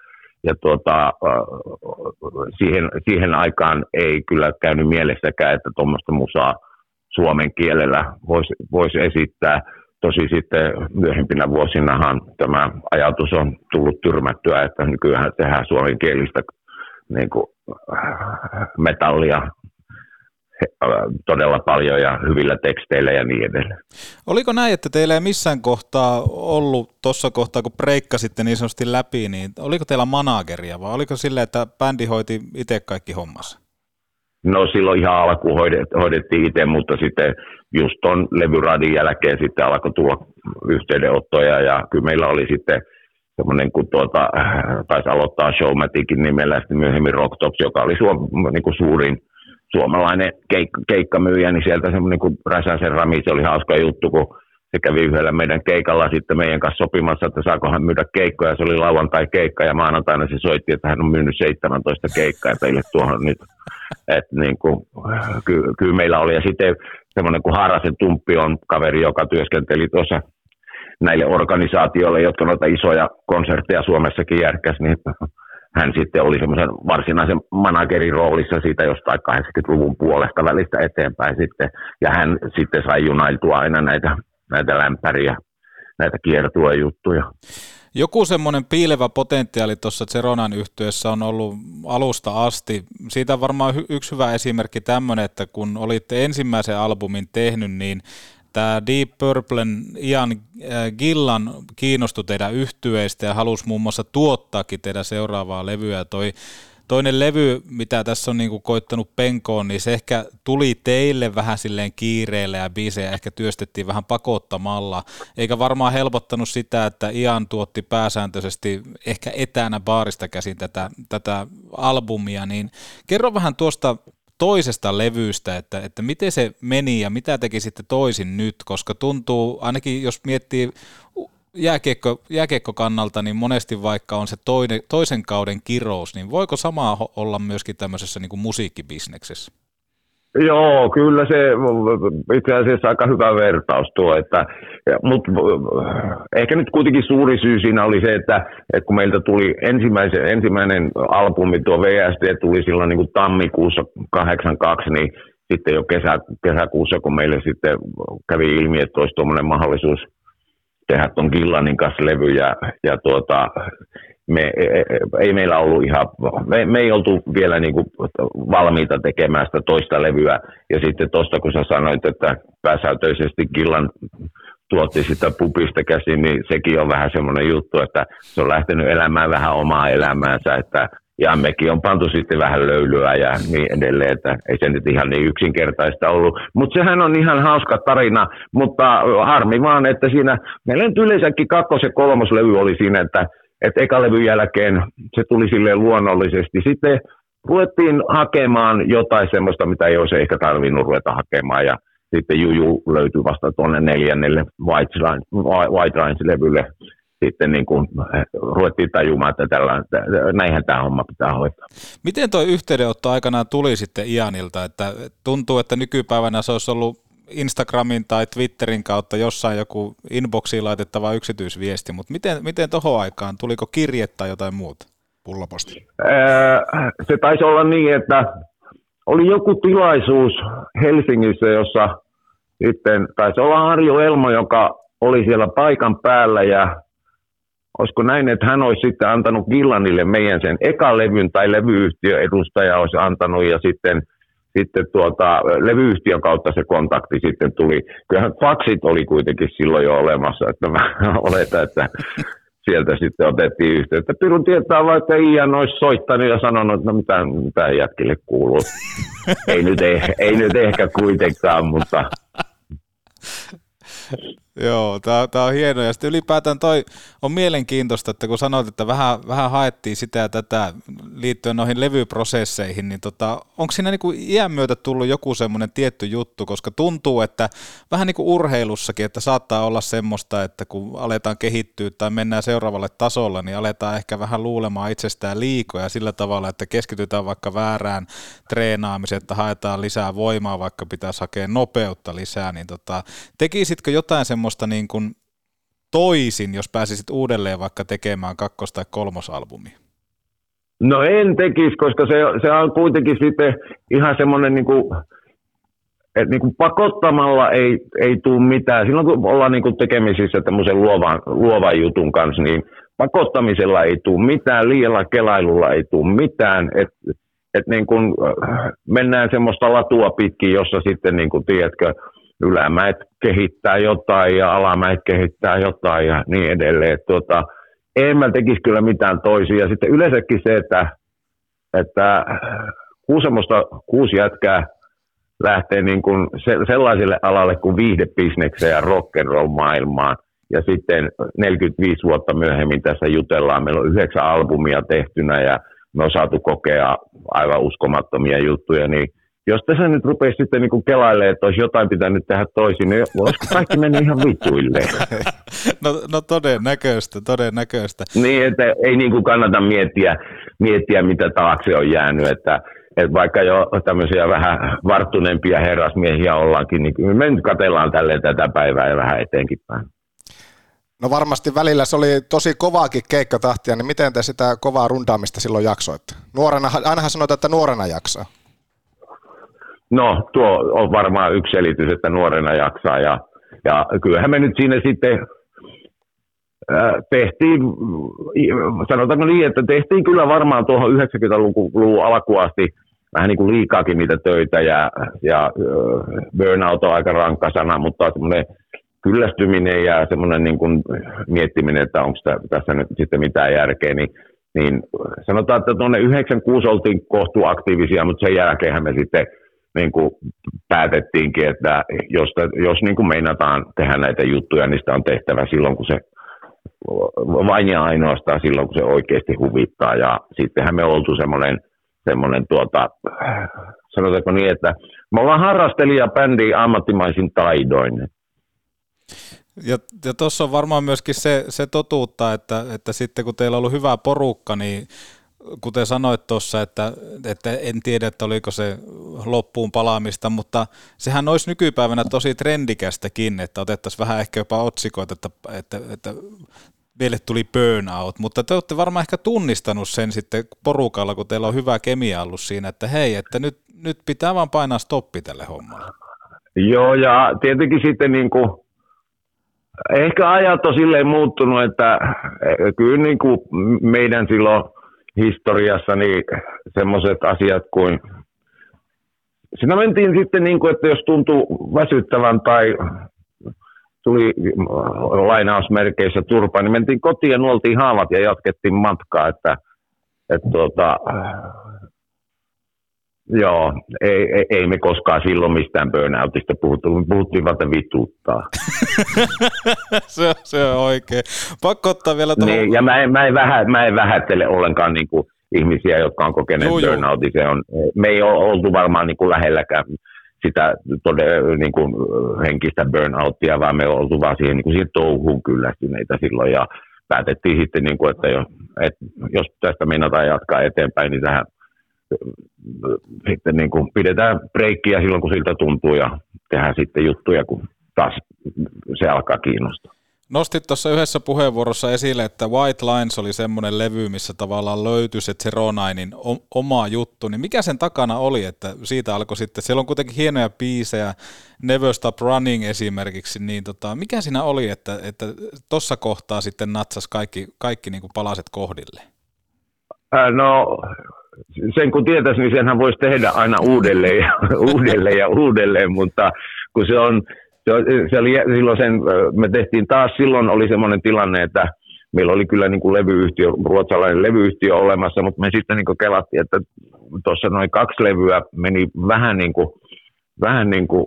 siihen aikaan ei kyllä käynyt mielessäkään, että tuommoista musaa suomen kielellä voisi esittää. Tosi sitten myöhempinä vuosinahan tämä ajatus on tullut tyrmättyä, että nykyään tehdään suomenkielistä niin kuin metallia todella paljon ja hyvillä teksteillä ja niin edelleen. Oliko näin, että teillä ei missään kohtaa ollut tuossa kohtaa, kun breikkasitte niin sanotusti läpi, niin oliko teillä manageria vai oliko silleen, että bändi hoiti itse kaikki hommassa? No silloin ihan alkuun hoidettiin itse, mutta sitten just ton levyradin jälkeen sitten alkoi tulla yhteydenottoja ja kyllä meillä oli sitten semmoinen, kun taisi aloittaa Showmaticin nimellä, sitten myöhemmin Rocktops, joka oli niin kuin suurin suomalainen keikkamyyjä, niin sieltä semmoinen kuin Räsäsen Rami, se oli hauska juttu, kun se kävi yhdellä meidän keikalla sitten meidän kanssa sopimassa, että saako hän myydä keikkoja, se oli lauantai-keikka ja maanantaina se soitti, että hän on myynyt 17 keikkaa teille tuohon nyt, että niin kuin, kyllä meillä oli, ja sitten semmoinen kuin Haarasen Tumppi on kaveri, joka työskenteli tuossa näille organisaatioille, jotka noita isoja konsertteja Suomessakin järkäsi, niin hän sitten oli semmoisen varsinaisen managerin roolissa siitä jostain 80-luvun puolesta välistä eteenpäin sitten, ja hän sitten sai junailtua aina näitä lämpäriä, näitä kiertuejuttuja. Joku semmoinen piilevä potentiaali tuossa Zeronan yhtyeessä on ollut alusta asti. Siitä on varmaan yksi hyvä esimerkki tämmöinen, että kun olitte ensimmäisen albumin tehnyt, niin tämä Deep Purplen Ian Gillan kiinnostui teidän yhtyeistä ja halusi muun muassa tuottaakin teidän seuraavaa levyä. Ja toinen levy, mitä tässä on niinku koittanut penkoon, niin se ehkä tuli teille vähän silleen kiireellä ja biisejä ehkä työstettiin vähän pakottamalla, eikä varmaan helpottanut sitä, että Ian tuotti pääsääntöisesti ehkä etänä baarista käsin tätä albumia, niin kerro vähän tuosta toisesta levystä, että miten se meni ja mitä teki sitten toisin nyt, koska tuntuu, ainakin jos miettii jääkiekkokannalta, niin monesti vaikka on se toisen kauden kirous, niin voiko samaa olla myöskin tämmöisessä niin kuin musiikkibisneksessä? Joo, kyllä se itse asiassa aika hyvä vertaus tuo, mutta ehkä nyt kuitenkin suuri syy siinä oli se, että kun meiltä tuli ensimmäinen albumi, tuo VSD tuli silloin niin kuin tammikuussa 82, niin sitten jo kesäkuussa, kun meille sitten kävi ilmi, että olisi tuommoinen mahdollisuus tehdä tuon Gillanin kanssa levy ja ei meillä ollut me ei oltu vielä niinku valmiita tekemään sitä toista levyä ja sitten tuosta kun sä sanoit, että pääsääntöisesti Gillan tuotti sitä pupista käsin, niin sekin on vähän semmoinen juttu, että se on lähtenyt elämään vähän omaa elämäänsä, ja mekin on pantu sitten vähän löylyä ja niin edelleen, että ei se nyt ihan niin yksinkertaista ollut. Mutta sehän on ihan hauska tarina, mutta harmi vaan, että siinä, meillä nyt yleensäkin kakkos- ja kolmoslevy oli siinä, että eka levyn jälkeen se tuli silleen luonnollisesti. Sitten ruvettiin hakemaan jotain semmoista, mitä ei olisi ehkä tarvinnut ruveta hakemaan, ja sitten Juju löytyi vasta tuonne 4. White Lines-levylle. Sitten niin kuin ruvettiin tajumaan, että näinhän tämä homma pitää hoitaa. Miten tuo yhteydenotto aikanaan tuli sitten Ianilta? Että tuntuu, että nykypäivänä se olisi ollut Instagramin tai Twitterin kautta jossain joku inboxiin laitettava yksityisviesti, mutta miten tohon aikaan? Tuliko kirje tai jotain muuta? Pullaposti. Se taisi olla niin, että oli joku tilaisuus Helsingissä, jossa sitten taisi olla Harju Elmo, joka oli siellä paikan päällä ja olisiko näin, että hän olisi sitten antanut Gillanille meidän sen ekan levyn tai levyyhtiön edustaja olisi antanut ja sitten levyyhtiön kautta se kontakti sitten tuli. Kyllähän faksit oli kuitenkin silloin jo olemassa, että mä oletan, että sieltä sitten otettiin yhteyttä. Pirun tietää vaan, että Ian olisi soittanut ja sanonut, että no mitä jätkille kuuluu. ei nyt ehkä kuitenkaan, mutta Joo, tämä on hienoa. Ja sitten ylipäätään toi on mielenkiintoista, että kun sanoit, että vähän haettiin sitä ja tätä liittyen noihin levyprosesseihin, niin onko siinä niinku iän myötä tullut joku semmoinen tietty juttu, koska tuntuu, että vähän niin kuin urheilussakin, että saattaa olla semmoista, että kun aletaan kehittyä tai mennään seuraavalle tasolla, niin aletaan ehkä vähän luulemaan itsestään liikoja sillä tavalla, että keskitytään vaikka väärään treenaamiseen, että haetaan lisää voimaa, vaikka pitäisi hakea nopeutta lisää, niin tekisitkö jotain semmoista niin kuin toisin, jos pääsisit uudelleen vaikka tekemään 2. tai 3. albumia? No en tekisi, koska se on kuitenkin sitten ihan semmoinen, että niin kuin pakottamalla ei tule mitään. Silloin kun ollaan niin kuin tekemisissä tämmöisen luovan jutun kanssa, niin pakottamisella ei tule mitään, liialla kelailulla ei tule mitään. Et niin kuin mennään semmoista latua pitkin, jossa sitten, niin kuin, tiedätkö, ylämäet kehittää jotain ja alamäet kehittää jotain ja niin edelleen. En mä tekisi kyllä mitään toisia. Ja sitten yleensäkin se, että kuusi jätkää lähtee niin kuin sellaiselle alalle kuin viihdebisnekseen ja rock'n'roll maailmaan. Ja sitten 45 vuotta myöhemmin tässä jutellaan. Meillä on 9 albumia tehtynä ja me on saatu kokea aivan uskomattomia juttuja, niin jos tässä nyt rupeisi sitten niinku kelailemaan, että olisi jotain pitänyt tehdä toisin, niin olisiko kaikki mennyt ihan vituilleen? No todennäköistä. Niin, että ei niinku kannata miettiä, mitä taakse on jäänyt, että vaikka jo tämmöisiä vähän varttuneempia herrasmiehiä ollaankin, niin me nyt katsellaan tälleen tätä päivää ja vähän eteenkin päin. No varmasti välillä se oli tosi kovaakin keikkatahtia, niin miten te sitä kovaa rundaamista silloin jaksoitte? Ainahan sanotaan, että nuorena jaksaa. No, tuo on varmaan yksi selitys, että nuorena jaksaa ja kyllähän me nyt siinä sitten tehtiin, sanotaanko niin, että tehtiin kyllä varmaan tuohon 90-luvun alkuun asti vähän niin kuin liikaakin niitä töitä ja burnout on aika rankka sana, mutta semmoinen kyllästyminen ja semmoinen niin kuin miettiminen, että onko tässä nyt sitten mitään järkeä, niin sanotaan, että tuonne 96 oltiin kohtuaktiivisia, mutta sen jälkeenhän me sitten niin kuin päätettiinkin, että jos niin kuin meinataan tehdä näitä juttuja, niin sitä on tehtävä silloin, kun se vain ja ainoastaan silloin, kun se oikeasti huvittaa. Ja sittenhän me oltu semmoinen sanotaanko niin, että me ollaan harrastelija-bändi ammattimaisin taidoin. Ja tuossa on varmaan myöskin se totuutta, että sitten kun teillä on ollut hyvä porukka, niin kuten sanoit tuossa, että en tiedä, että oliko se loppuun palaamista, mutta sehän olisi nykypäivänä tosi trendikästäkin, että otettaisiin vähän ehkä jopa otsikoita, että meille tuli burnout, mutta te olette varmaan ehkä tunnistanut sen sitten porukalla, kun teillä on hyvä kemia ollut siinä, että hei, että nyt pitää vaan painaa stoppi tälle hommalle. Joo, ja tietenkin sitten niin kuin ehkä ajat on silleen muuttunut, että kyllä niin kuin meidän silloin historiassa niin semmoiset asiat kuin, siinä mentiin sitten niin kuin, että jos tuntui väsyttävän tai tuli lainausmerkeissä turpaa, niin mentiin kotiin ja nuoltiin haavat ja jatkettiin matkaa, että joo, ei me koskaan silloin mistään burnoutista puhuttiin vaan, että vituttaa. se on oikein. Pakko ottaa vielä tuohon. Niin, ja mä en vähättele ollenkaan niin kuin ihmisiä, jotka on kokeneet burnoutin. Me ei ole oltu varmaan niin kuin lähelläkään sitä niin kuin henkistä burnouttia, vaan me oltu vaan siihen touhuun kyllästyneitä silloin ja päätettiin sitten, niin kuin, että jos tästä meinataan jatkaa eteenpäin, niin tähän sitten niin kuin pidetään breikkiä silloin, kun siltä tuntuu ja tehdään sitten juttuja, kun taas se alkaa kiinnostaa. Nostit tuossa yhdessä puheenvuorossa esille, että White Lines oli semmoinen levy, missä tavallaan löytyi se Zeronainin oma juttu, niin mikä sen takana oli, että siitä alkoi sitten, siellä on kuitenkin hienoja biisejä, Never Stop Running esimerkiksi, niin mikä siinä oli, että tuossa kohtaa sitten natsasi kaikki niin kuin palaset kohdille? No sen kun tietäisi, niin senhän voisi tehdä aina uudelleen, mutta kun se oli silloin me tehtiin taas, silloin oli semmoinen tilanne, että meillä oli kyllä niin kuin ruotsalainen levyyhtiö olemassa, mutta me sitten niin kuin kelattiin, että tuossa noin 2 levyä meni vähän niin kuin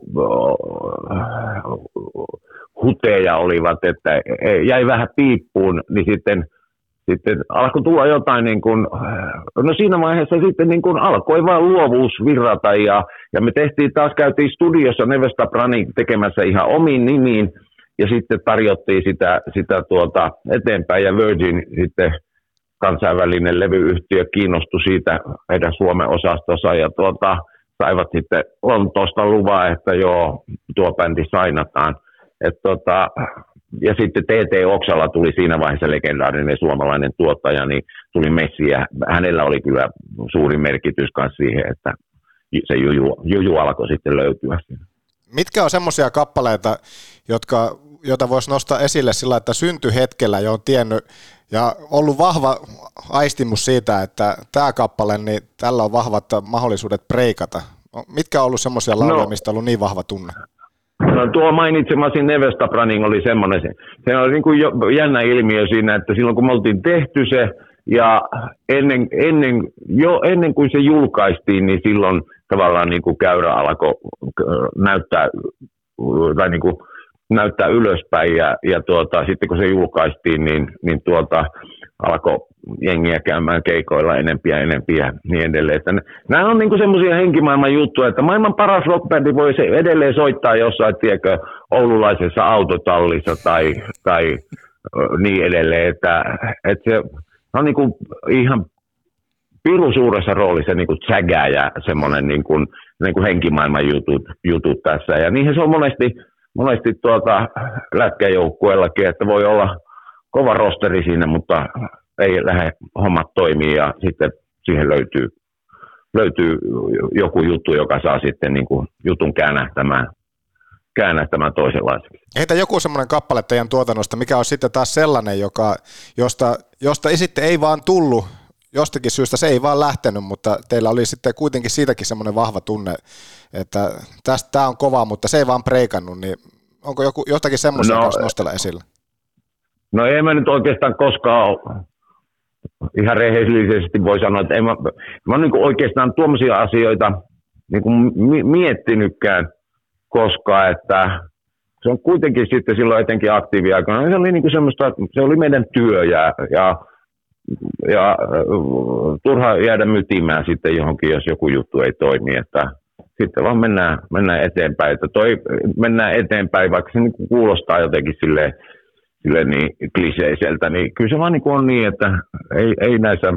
huteja olivat, että jäi vähän piippuun, niin sitten alkoi tulla jotain niin kuin, no siinä vaiheessa sitten niin kuin alkoi vaan luovuus virrata ja me käytiin studiossa Never Stop Running tekemässä ihan omiin nimiin ja sitten tarjottiin sitä eteenpäin ja Virgin sitten kansainvälinen levyyhtiö kiinnostui siitä heidän Suomen osastonsa ja saivat sitten Lontoosta luvaa, että joo, tuo bändi sainataan. Ja sitten T.T. Oksala tuli siinä vaiheessa legendaarinen suomalainen tuottaja, niin tuli Messi ja hänellä oli kyllä suuri merkitys myös siihen, että se juju alkoi sitten löytyä siinä. Mitkä on semmoisia kappaleita, joita voisi nostaa esille sillä, että syntyhetkellä jo on tiennyt ja ollut vahva aistimus siitä, että tämä kappale, niin tällä on vahvat mahdollisuudet breikata. Mitkä on ollut semmoisia lauluja, mistä on ollut niin vahva tunne? No, tuo mainitsemasi Never Stop Running oli semmoinen, se oli niin kuin jännä ilmiö siinä, että silloin kun me oltiin tehty se ja ennen kuin se julkaistiin, niin silloin tavallaan niin kuin käyrä alkoi näyttää ylöspäin ja sitten kun se julkaistiin, niin alkoi jengiä käymään keikoilla enempiä ja niin edelleen. Että nämä on niinku semmoisia henkimaailman juttuja, että maailman paras rockbändi voi se edelleen soittaa jossain, tiedätkö, oululaisessa autotallissa tai niin edelleen, että se on niinku ihan pirun suuressa roolissa niinku tsägää ja semmoinen niinku henkimaailman jutut tässä. Ja niinhän se on monesti lätkäjoukkueellakin, että voi olla kova rosteri siinä, mutta ei lähde hommat toimii ja sitten siihen löytyy joku juttu, joka saa sitten niin kuin jutun käännähtämään toisenlaiseksi. Heitä joku semmoinen kappale teidän tuotannosta, mikä on sitten taas sellainen, josta sitten ei vaan tullut jostakin syystä se ei vaan lähtenyt, mutta teillä oli sitten kuitenkin siitäkin semmoinen vahva tunne, että tämä on kova, mutta se ei vaan breikannut, niin onko jotakin semmoisia kanssa nostella esille? No ei mä nyt oikeastaan koskaan ole, ihan rehellisesti voi sanoa, että mä oon niin oikeastaan tuommoisia asioita niin miettinytkään koskaan, että se on kuitenkin sitten silloin etenkin aktiiviaikana, se oli niin semmoista, se oli meidän työ ja turha jäädä mytimään sitten johonkin, jos joku juttu ei toimi, että sitten vaan mennään eteenpäin, että mennään eteenpäin, vaikka se niin kuulostaa jotenkin silleen niin kliseiseltä, niin kyllä se vaan niin on niin, että ei näissä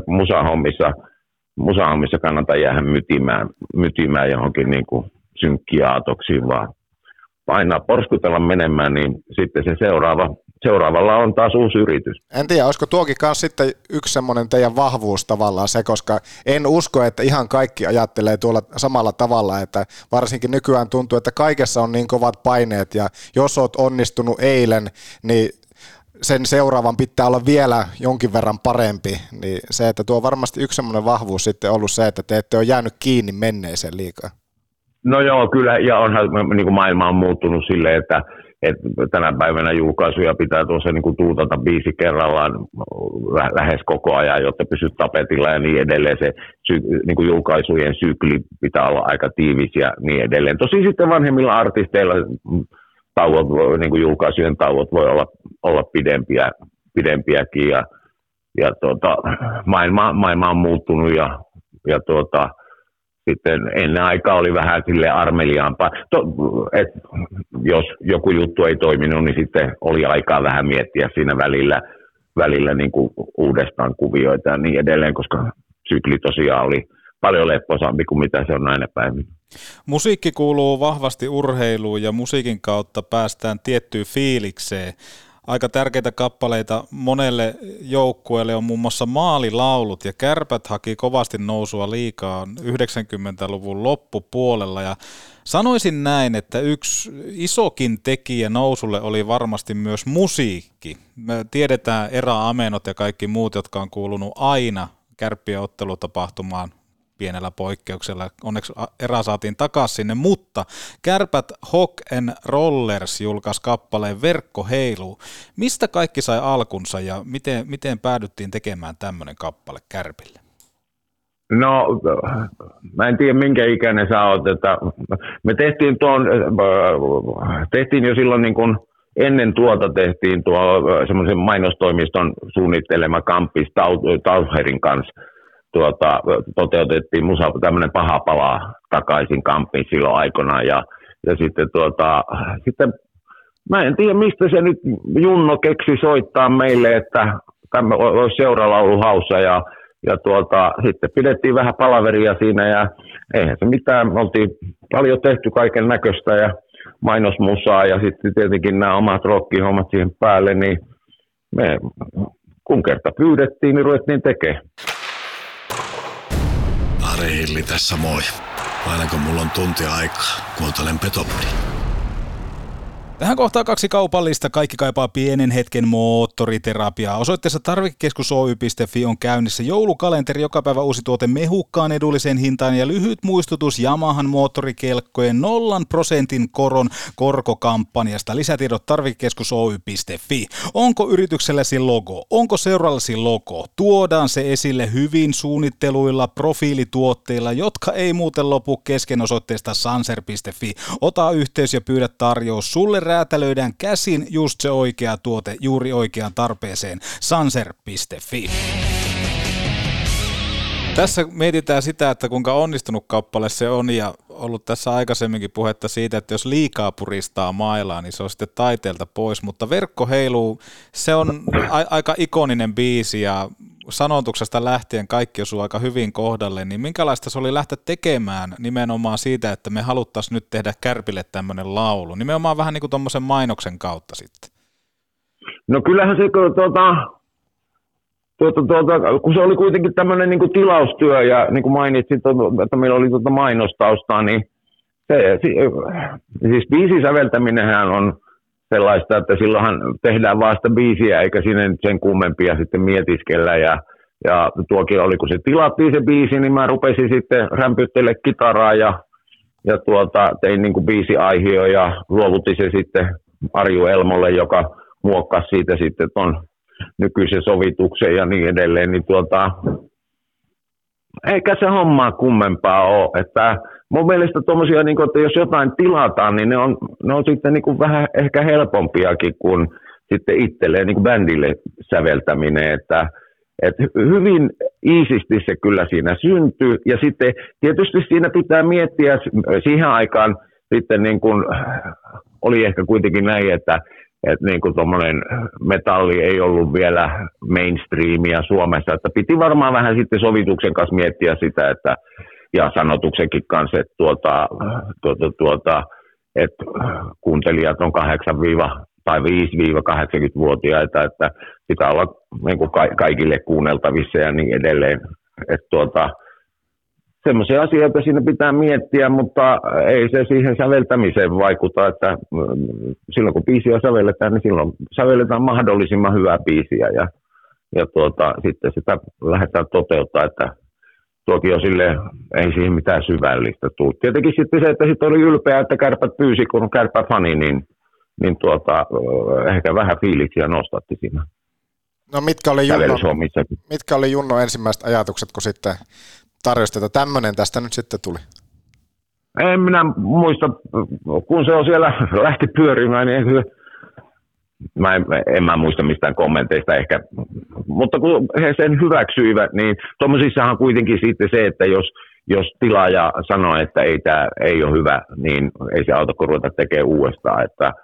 musahommissa kannata jäädä mytimään johonkin niin kuin synkkiä aatoksiin, vaan painaa porskutella menemään, niin sitten se seuraavalla on taas uusi yritys. En tiedä, olisiko tuokin kanssa sitten yksi semmoinen teidän vahvuus tavallaan se, koska en usko, että ihan kaikki ajattelee tuolla samalla tavalla, että varsinkin nykyään tuntuu, että kaikessa on niin kovat paineet, ja jos olet onnistunut eilen, niin sen seuraavan pitää olla vielä jonkin verran parempi, niin se, että tuo on varmasti yksi semmoinen vahvuus sitten ollut se, että te ette ole jäänyt kiinni menneeseen liikaa. No joo, kyllä, ja onhan niin kuin maailma on muuttunut silleen, että tänä päivänä julkaisuja pitää tuossa niin kuin tuutata biisi kerrallaan lähes koko ajan, jotta pysyt tapetilla ja niin edelleen. Se niin kuin julkaisujen sykli pitää olla aika tiivis ja niin edelleen. Tosin sitten vanhemmilla artisteilla tauot, niin kuin julkaisujen tauot voi olla pidempiäkin ja maailma on muuttunut ja sitten ennen aikaa oli vähän silleen armeliaampaa. Jos joku juttu ei toiminut, niin sitten oli aikaa vähän miettiä siinä välillä niin kuin uudestaan kuvioita ja niin edelleen, koska sykli tosiaan oli paljon leppoisampi kuin mitä se on näinä päivinä. Musiikki kuuluu vahvasti urheiluun ja musiikin kautta päästään tiettyyn fiilikseen. Aika tärkeitä kappaleita monelle joukkueelle on muun muassa maalilaulut, ja Kärpät haki kovasti nousua liigaan 90-luvun loppupuolella, ja sanoisin näin, että yksi isokin tekijä nousulle oli varmasti myös musiikki. Me tiedetään eräamenot ja kaikki muut, jotka on kuulunut aina Kärppien ottelutapahtumaan pienellä poikkeuksella. Onneksi erä saatiin takaisin sinne, mutta Kärpät Rock and Rollers julkaisi kappaleen Verkko heiluu. Mistä kaikki sai alkunsa ja miten päädyttiin tekemään tämmöinen kappale Kärpille? No, mä en tiedä minkä ikäinen sä oot, että me tehtiin jo silloin niin kuin ennen tuota tehtiin semmoisen mainostoimiston suunnittelema kamppis Tauherin kanssa. Toteutettiin tämmöinen paha palaa takaisin kamppiin silloin aikanaan ja sitten mä en tiedä mistä se nyt Junno keksi soittaa meille, että tämä olisi seuralaulu haussa ja sitten pidettiin vähän palaveria siinä ja eihän se mitään, me oltiin paljon tehty kaiken näköistä ja mainosmusaa ja sitten tietenkin nämä omat rockihommat siihen päälle, niin me kun kerta pyydettiin, niin ruvettiin tekemään. Ari Hilli tässä moi. Aina kun mulla on tuntia aikaa, kuuntelen Petopodin. Tähän kohtaa 2 kaupallista. Kaikki kaipaa pienen hetken moottoriterapiaa. Osoitteessa tarvikeskosoy.fi on käynnissä joulukalenteri, joka päivä uusi tuote mehukkaan edulliseen hintaan ja lyhyt muistutus Yamahan moottorikelkkojen 0% koron korkokampanjasta. Lisätiedot tarvikeskosoy.fi. Onko yritykselläsi logo? Onko seurallasi logo? Tuodaan se esille hyvin suunnitteluilla profiilituotteilla, jotka ei muuten lopu kesken osoitteesta sanser.fi. Ota yhteys ja pyydä tarjous. Sulle räätälöidään käsin just se oikea tuote juuri oikeaan tarpeeseen. Sanser.fi. Tässä mietitään sitä, että kuinka onnistunut kappale se on ja ollut tässä aikaisemminkin puhetta siitä, että jos liikaa puristaa mailaa, niin se on sitten taiteelta pois, mutta Verkko heiluu, se on aika ikoninen biisi ja sanotuksesta lähtien kaikki osuu aika hyvin kohdalle, niin minkälaista se oli lähteä tekemään nimenomaan siitä, että me haluttaisiin nyt tehdä Kärpille tämmöinen laulu, nimenomaan vähän niin kuin tuommoisen mainoksen kautta sitten? No kyllähän se, kun se oli kuitenkin tämmöinen niin kuin tilaustyö ja niin kuin mainitsin, että meillä oli mainostaustaa, niin siis biisin säveltäminenhän on sellaista, että silloinhan tehdään vaan sitä biisiä eikä sinne sen kummempia sitten mietiskellä ja Ja tuokin oli, kun se tilattiin se biisi, niin mä rupesin sitten rämpyttelemään kitaraa ja tein niin kuin biisiaihio ja luovutin se sitten Arju Elmolle, joka muokkasi siitä sitten ton nykyisen sovituksen ja niin edelleen. Niin eikä se hommaa kummempaa ole. Että mun mielestä tommosia, niin kuin, että jos jotain tilataan, niin ne on sitten niin kuin vähän ehkä helpompiakin kuin sitten itselleen niin kuin bändille säveltäminen. Että hyvin iisisti se kyllä siinä syntyy. Ja sitten tietysti siinä pitää miettiä siihen aikaan sitten niin kuin oli ehkä kuitenkin näin, että niin kuin tuommoinen metalli ei ollut vielä mainstreamia Suomessa, että piti varmaan vähän sitten sovituksen kanssa miettiä sitä, että, ja sanotuksenkin kanssa, että, että kuuntelijat on 5-80-vuotiaita, että pitää olla niin kuin kaikille kuunneltavissa ja niin edelleen, että semmoisia asioita siinä pitää miettiä, mutta ei se siihen säveltämiseen vaikuta, että silloin kun biisiä sävelletään, niin silloin sävelletään mahdollisimman hyvää biisiä ja sitten sitä lähdetään toteuttaa, että tuokin on silleen, ei siihen mitään syvällistä tullut. Tietenkin sitten se, että sitten oli ylpeä, että Kärpät pyysi, kun on Kärpä-fani, niin ehkä vähän fiiliksiä nostatti siinä. No mitkä oli Junno ensimmäiset ajatukset, kun sitten tarjosi, että tämmöinen tästä nyt sitten tuli? En minä muista, kun se on siellä lähti pyörimään, niin en mä muista mistään kommenteista ehkä, mutta kun he sen hyväksyivät, niin tuommoisissahan kuitenkin sitten se, että jos tilaaja sanoo, että tämä ei ole hyvä, niin ei se auta, kun ruveta tekemään uudestaan,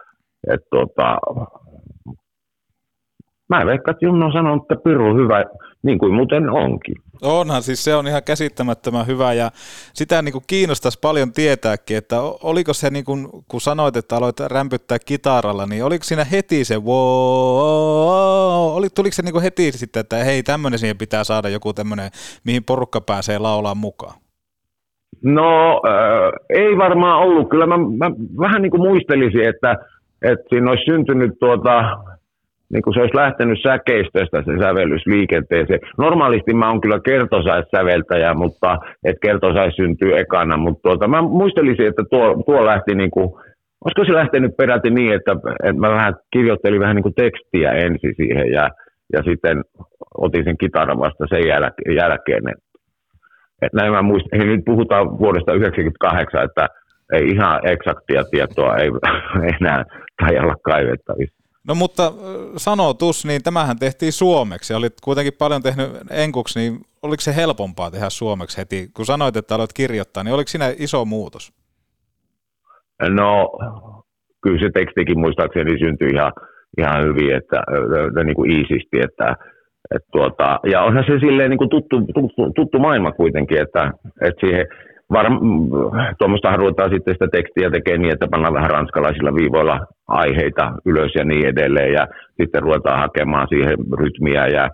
mä veikkaan, että Junno sanoo, että pirun hyvä, niin kuin muuten onkin. Onhan, siis se on ihan käsittämättömän hyvä ja sitä niin kuin kiinnostaisi paljon tietääkin, että oliko se niin kuin, kun sanoit, että aloit rämpyttää kitaralla, niin oliko siinä heti se tuliko se niin kuin heti sitten, että hei tämmöinen siihen pitää saada joku tämmöinen, mihin porukka pääsee laulaa mukaan? No ei varmaan ollut, kyllä mä vähän niin kuin muistelisin, että siinä olisi syntynyt niin kuin se olisi lähtenyt säkeistöstä se sävellys liikenteeseen. Normaalisti mä oon kyllä kertosäissäveltäjä, mutta kertosais syntyy ekana, mutta mä muistelisin, että tuo lähti niin kuin, olisiko se lähtenyt peräti niin, että mä vähän kirjoittelin vähän niin kuin tekstiä ensin siihen ja sitten otin sen kitaran vasta sen jälkeen. Näin mä muistan, nyt puhutaan vuodesta 1998, että ei ihan eksaktia tietoa ei enää tai olla kaivettavissa. No mutta sanotus, niin tämähän tehtiin suomeksi. Olit kuitenkin paljon tehnyt enkuksi, niin oliko se helpompaa tehdä suomeksi heti? Kun sanoit, että aloit kirjoittaa, niin oliko siinä iso muutos? No, kyllä se tekstikin muistaakseni syntyi ihan hyvin, että niin kuin iisisti, ja onhan se silleen niin kuin tuttu maailma kuitenkin, että siihen tuommoistahan ruvetaan sitten sitä tekstiä tekemään niin, että pannaan vähän ranskalaisilla viivoilla aiheita ylös ja niin edelleen, ja sitten ruvetaan hakemaan siihen rytmiä ja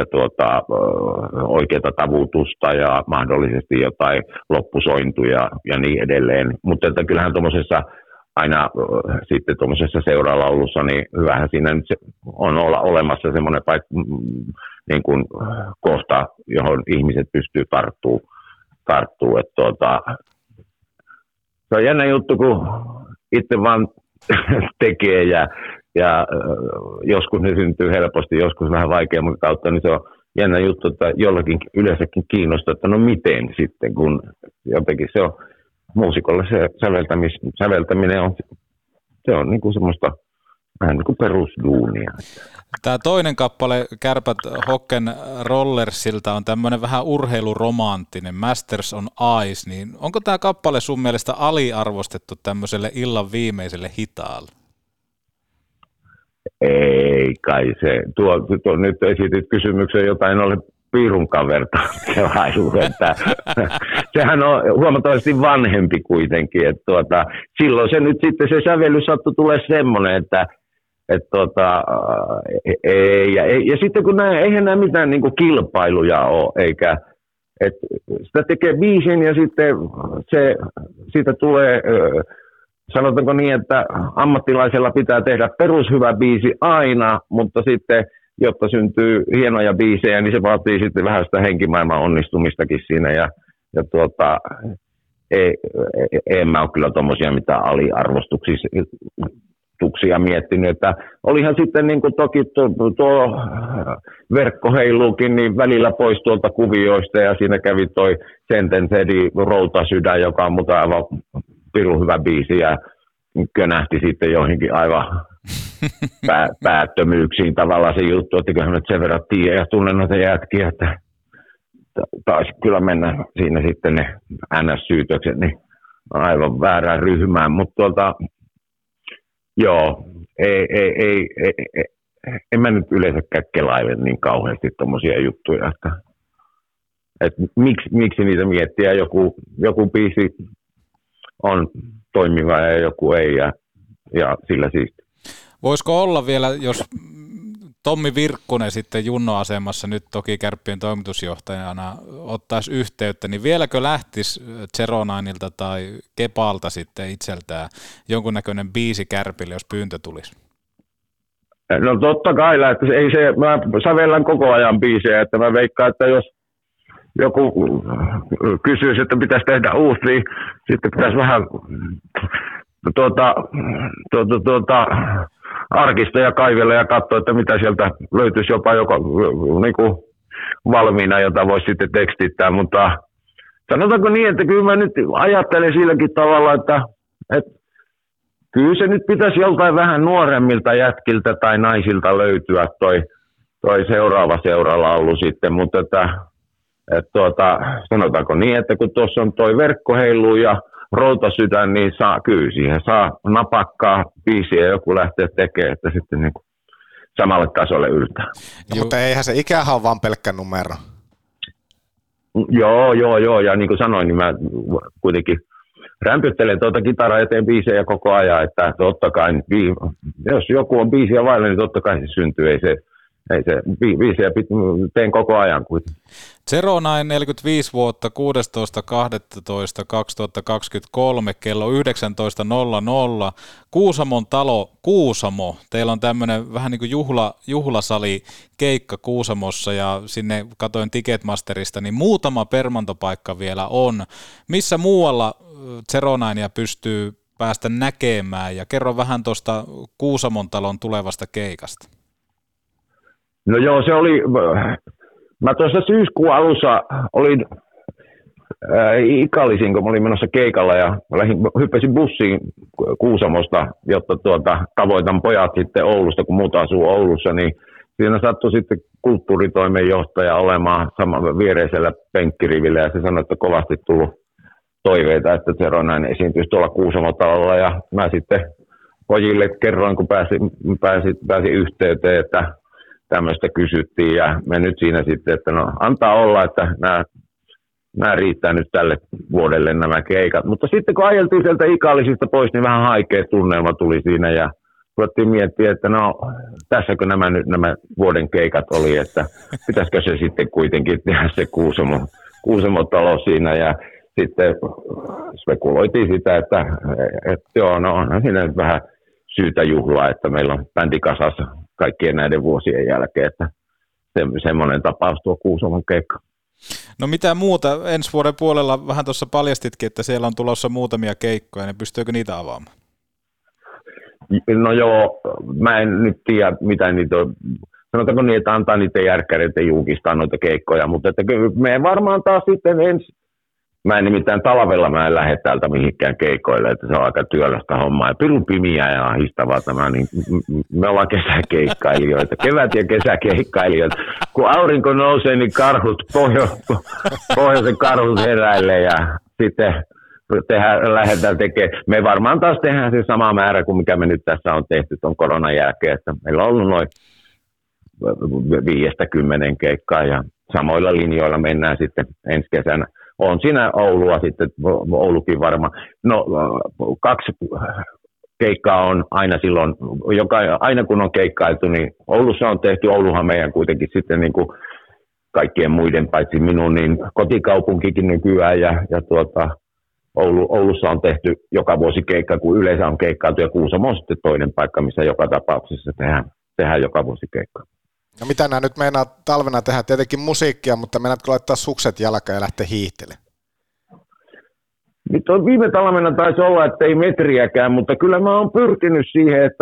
oikeata tavutusta ja mahdollisesti jotain loppusointuja ja niin edelleen. Mutta että kyllähän tuommoisessa aina sitten tuommoisessa seuralaulussa, niin hyvähän siinä nyt on olla olemassa semmoinen niin kuin kohta, johon ihmiset pystyy tarttumaan. Se on jännä juttu, kun itse vaan tekee ja joskus ne syntyy helposti, joskus vähän vaikeamman kautta, niin se on jännä juttu, että jollakin yleensäkin kiinnostaa, että no miten sitten, kun jotenkin se on muusikolle se säveltäminen on niin kuin semmoista vähän niin kuin perusduunia. Tämä toinen kappale Kärpät Hocken Rollersilta on tämmöinen vähän urheiluromanttinen, Masters on Ice, niin onko tämä kappale sun mielestä aliarvostettu tämmöiselle illan viimeiselle hitaalle? Ei kai se. Tuo nyt esitit kysymyksen, jota en ole piirunkaan vertaan. Sehän on huomattavasti vanhempi kuitenkin. Että silloin se nyt sitten se sävellys sattui tulee semmoinen, että ja sitten kun eihän nämä mitään niin kuin kilpailuja ole, eikä sitä tekee biisin ja sitten siitä tulee, sanotaanko niin, että ammattilaisella pitää tehdä perushyvä biisi aina, mutta sitten jotta syntyy hienoja biisejä, niin se vaatii sitten vähän sitä henkimaailman onnistumistakin siinä. Ja en mä ole kyllä tuommoisia mitään aliarvostuksia miettinyt, että olihan sitten niin kuin toki tuo verkkoheiluukin niin välillä pois tuolta kuvioista ja siinä kävi toi Sentensedi Routasydän, joka on muuten aivan pirun hyvä biisi ja könähti sitten joihinkin aivan päättömyyksiin tavallaan se juttu, että kyllähän nyt sen verran tiedä ja tunnen noita jätkiä, että taisi kyllä mennä siinä sitten ne NS-syytökset niin aivan väärään ryhmään, mutta joo, en mä nyt yleensäkään kelaile niin kauheasti tommosia juttuja, että miksi niitä miettiä, joku biisi on toimiva ja joku ei ja sillä siisti. Voisiko olla vielä, jos Tommi Virkkunen sitten Junno-asemassa, nyt toki Kärppien toimitusjohtajana, ottaisi yhteyttä, niin vieläkö lähtisi Zeronainilta tai Kepalta sitten itseltään jonkunnäköinen biisi Kärpille, jos pyyntö tulisi? No totta kai, että mä sävellän koko ajan biisejä, että mä veikkaan, että jos joku kysyisi, että pitäisi tehdä uusi, niin sitten pitäisi vähän arkistoja kaivella ja katsoa, että mitä sieltä löytyisi jopa niinku valmiina, jota voisi sitten tekstittää, mutta sanotaanko niin, että kyllä mä nyt ajattelen silläkin tavalla, että kyllä se nyt pitäisi joltain vähän nuoremmilta jätkiltä tai naisilta löytyä toi seuraava seuralaulu sitten, mutta sanotaanko niin, että kun tuossa on toi verkkoheilu ja Routasydän, niin kyllä siihen saa napakkaa biisiä ja joku lähtee tekemään, että sitten niin kuin samalle tasolle yltää. Mutta eihän se ikähän ole vaan pelkkä numero. Joo, ja niin kuin sanoin, niin mä kuitenkin rämpyttelen kitaraa eteen biisejä koko ajan, että totta kai, jos joku on biisiä vailla, niin totta kai se syntyy, ei se biisejä teen koko ajan kuitenkin. Zeronain 45 vuotta 16.12.2023 kello 19.00. Kuusamon talo Kuusamo. Teillä on tämmöinen vähän niin kuin juhlasali keikka Kuusamossa ja sinne katoin Ticketmasterista, niin muutama permantopaikka vielä on. Missä muualla Zeronainia pystyy päästä näkemään ja kerro vähän tuosta Kuusamon talon tulevasta keikasta. No joo, se oli, mä tuossa syyskuun alussa olin Ikallisin, kun mä olin menossa keikalla ja hyppäsin bussiin Kuusamosta, jotta tavoitan pojat sitten Oulusta, kun muut asuu Oulussa, niin siinä sattui sitten kulttuuritoimenjohtaja olemaan viereisellä penkkirivillä ja se sanoi, että kovasti tullut toiveita, että Zeronain esiintyisi tuolla Kuusamotalolla ja mä sitten pojille kerroin, kun pääsin yhteyteen, että tämmöistä kysyttiin ja me nyt siinä sitten, että no antaa olla, että nämä riittää nyt tälle vuodelle nämä keikat. Mutta sitten kun ajeltiin sieltä Ikallisista pois, niin vähän haikea tunnelma tuli siinä ja ruvettiin miettiä, että no tässäkö nämä vuoden keikat oli, että pitäisikö se sitten kuitenkin tehdä se Kuusamo-talo siinä ja sitten spekuloitiin sitä, että joo, no onhan siinä nyt vähän syytä juhlaa, että meillä on bändi kasassa kaikkien näiden vuosien jälkeen, että semmoinen tapaus tuo Kuusamon keikka. No mitä muuta ensi vuoden puolella, vähän tuossa paljastitkin, että siellä on tulossa muutamia keikkoja, niin pystyykö niitä avaamaan? No joo, mä en nyt tiedä mitä niitä on, sanotaanko niin, että antaa niiden järkkäreiden julkistaa noita keikkoja, mutta että me varmaan taas sitten mä en nimittäin talvella mä en lähde täältä mihinkään keikoille, että se on aika työlästä hommaa. Ja pirun pimiä ja ahistavaa tämä, niin me ollaan kesäkeikkailijoita, kevät- ja kesäkeikkailijoita. Kun aurinko nousee, niin pohjoisen karhut heräilee ja sitten lähdetään tekemään. Me varmaan taas tehdään se sama määrä kuin mikä me nyt tässä on tehty tuon koronan jälkeen, että meillä on ollut noin 5-10 keikkaa ja samoilla linjoilla mennään sitten ensi kesänä. On siinä Oulua sitten, Oulukin varmaan. No 2 keikkaa on aina silloin, aina kun on keikkailtu, niin Oulussa on tehty, Ouluhan meidän kuitenkin sitten niin kuin kaikkien muiden paitsi minun, niin kotikaupunkikin nykyään ja Oulussa on tehty joka vuosi keikka, kun yleensä on keikkailtu ja Kuusamo on sitten toinen paikka, missä joka tapauksessa tehdään joka vuosi keikkaa. No mitä nämä nyt meinaa talvena tehdä? Tietenkin musiikkia, mutta meinaatko laittaa sukset jalkaan ja lähteä hiihtelemään? Viime talvena taisi olla, että ei metriäkään, mutta kyllä mä oon pyrkinyt siihen, että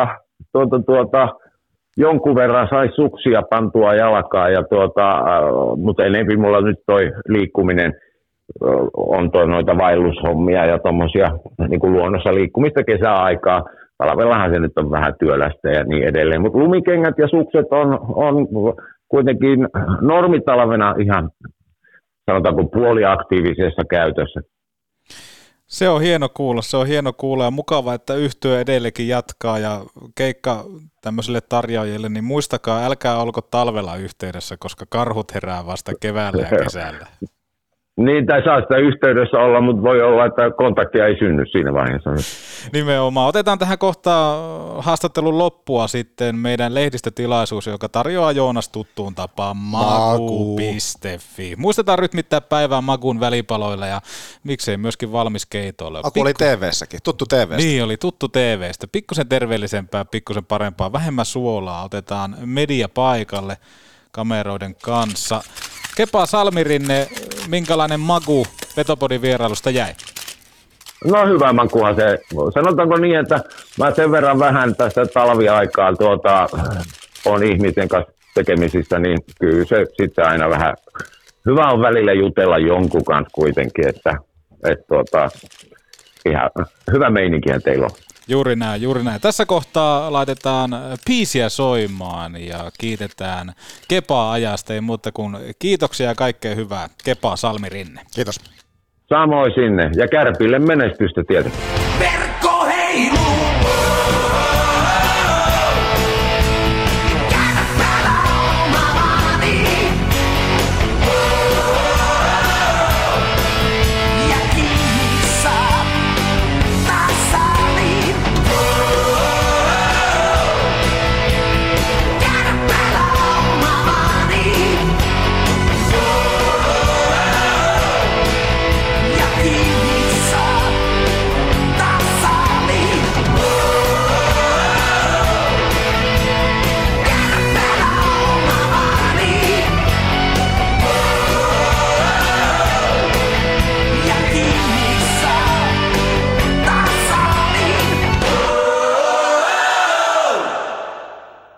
jonkun verran saisi suksia pantua jalkaan, mutta enemmän mulla nyt toi liikkuminen on noita vaellushommia ja tommosia niin kuin luonnossa liikkumista kesäaikaa. Talvellahan se nyt on vähän työlästä ja niin edelleen, mutta lumikengät ja sukset on kuitenkin normitalvena ihan, sanotaanko, puoliaktiivisessa käytössä. Se on hieno kuulla ja mukava, että yhtye edelleenkin jatkaa ja keikka tämmöisille tarjoajille, niin muistakaa, älkää olko talvella yhteydessä, koska karhut herää vasta keväällä ja kesällä. Niin, tai saa sitä yhteydessä olla, mutta voi olla, että kontaktia ei synny siinä vaiheessa. Nimenomaan. Otetaan tähän kohtaan haastattelun loppua sitten meidän lehdistötilaisuus, joka tarjoaa Joonas tuttuun tapaan maku.fi. Muistetaan rytmittää päivää Magun välipaloilla ja miksei myöskin valmis keitoilla. Maku oli TV-säkin, tuttu TV:stä. Niin, oli tuttu TV:stä. Pikkusen terveellisempää, pikkusen parempaa, vähemmän suolaa. Otetaan media paikalle kameroiden kanssa. Kepa Salmirinne, minkälainen maku Vetopodin vierailusta jäi? No hyvä makuhan se. Sanotaanko niin, että mä sen verran vähän tässä talviaikaa on ihmisen kanssa tekemisissä, niin kyllä se sitten aina vähän hyvä on välillä jutella jonkun kanssa kuitenkin, että ihan hyvä meininkihän teillä on. Juuri näin. Tässä kohtaa laitetaan biisiä soimaan ja kiitetään Kepaa ajasta, ei muuta kuin kiitoksia ja kaikkea hyvää. Kepa Salmirinne. Kiitos. Samoin sinne ja Kärpille menestystä tietenkin.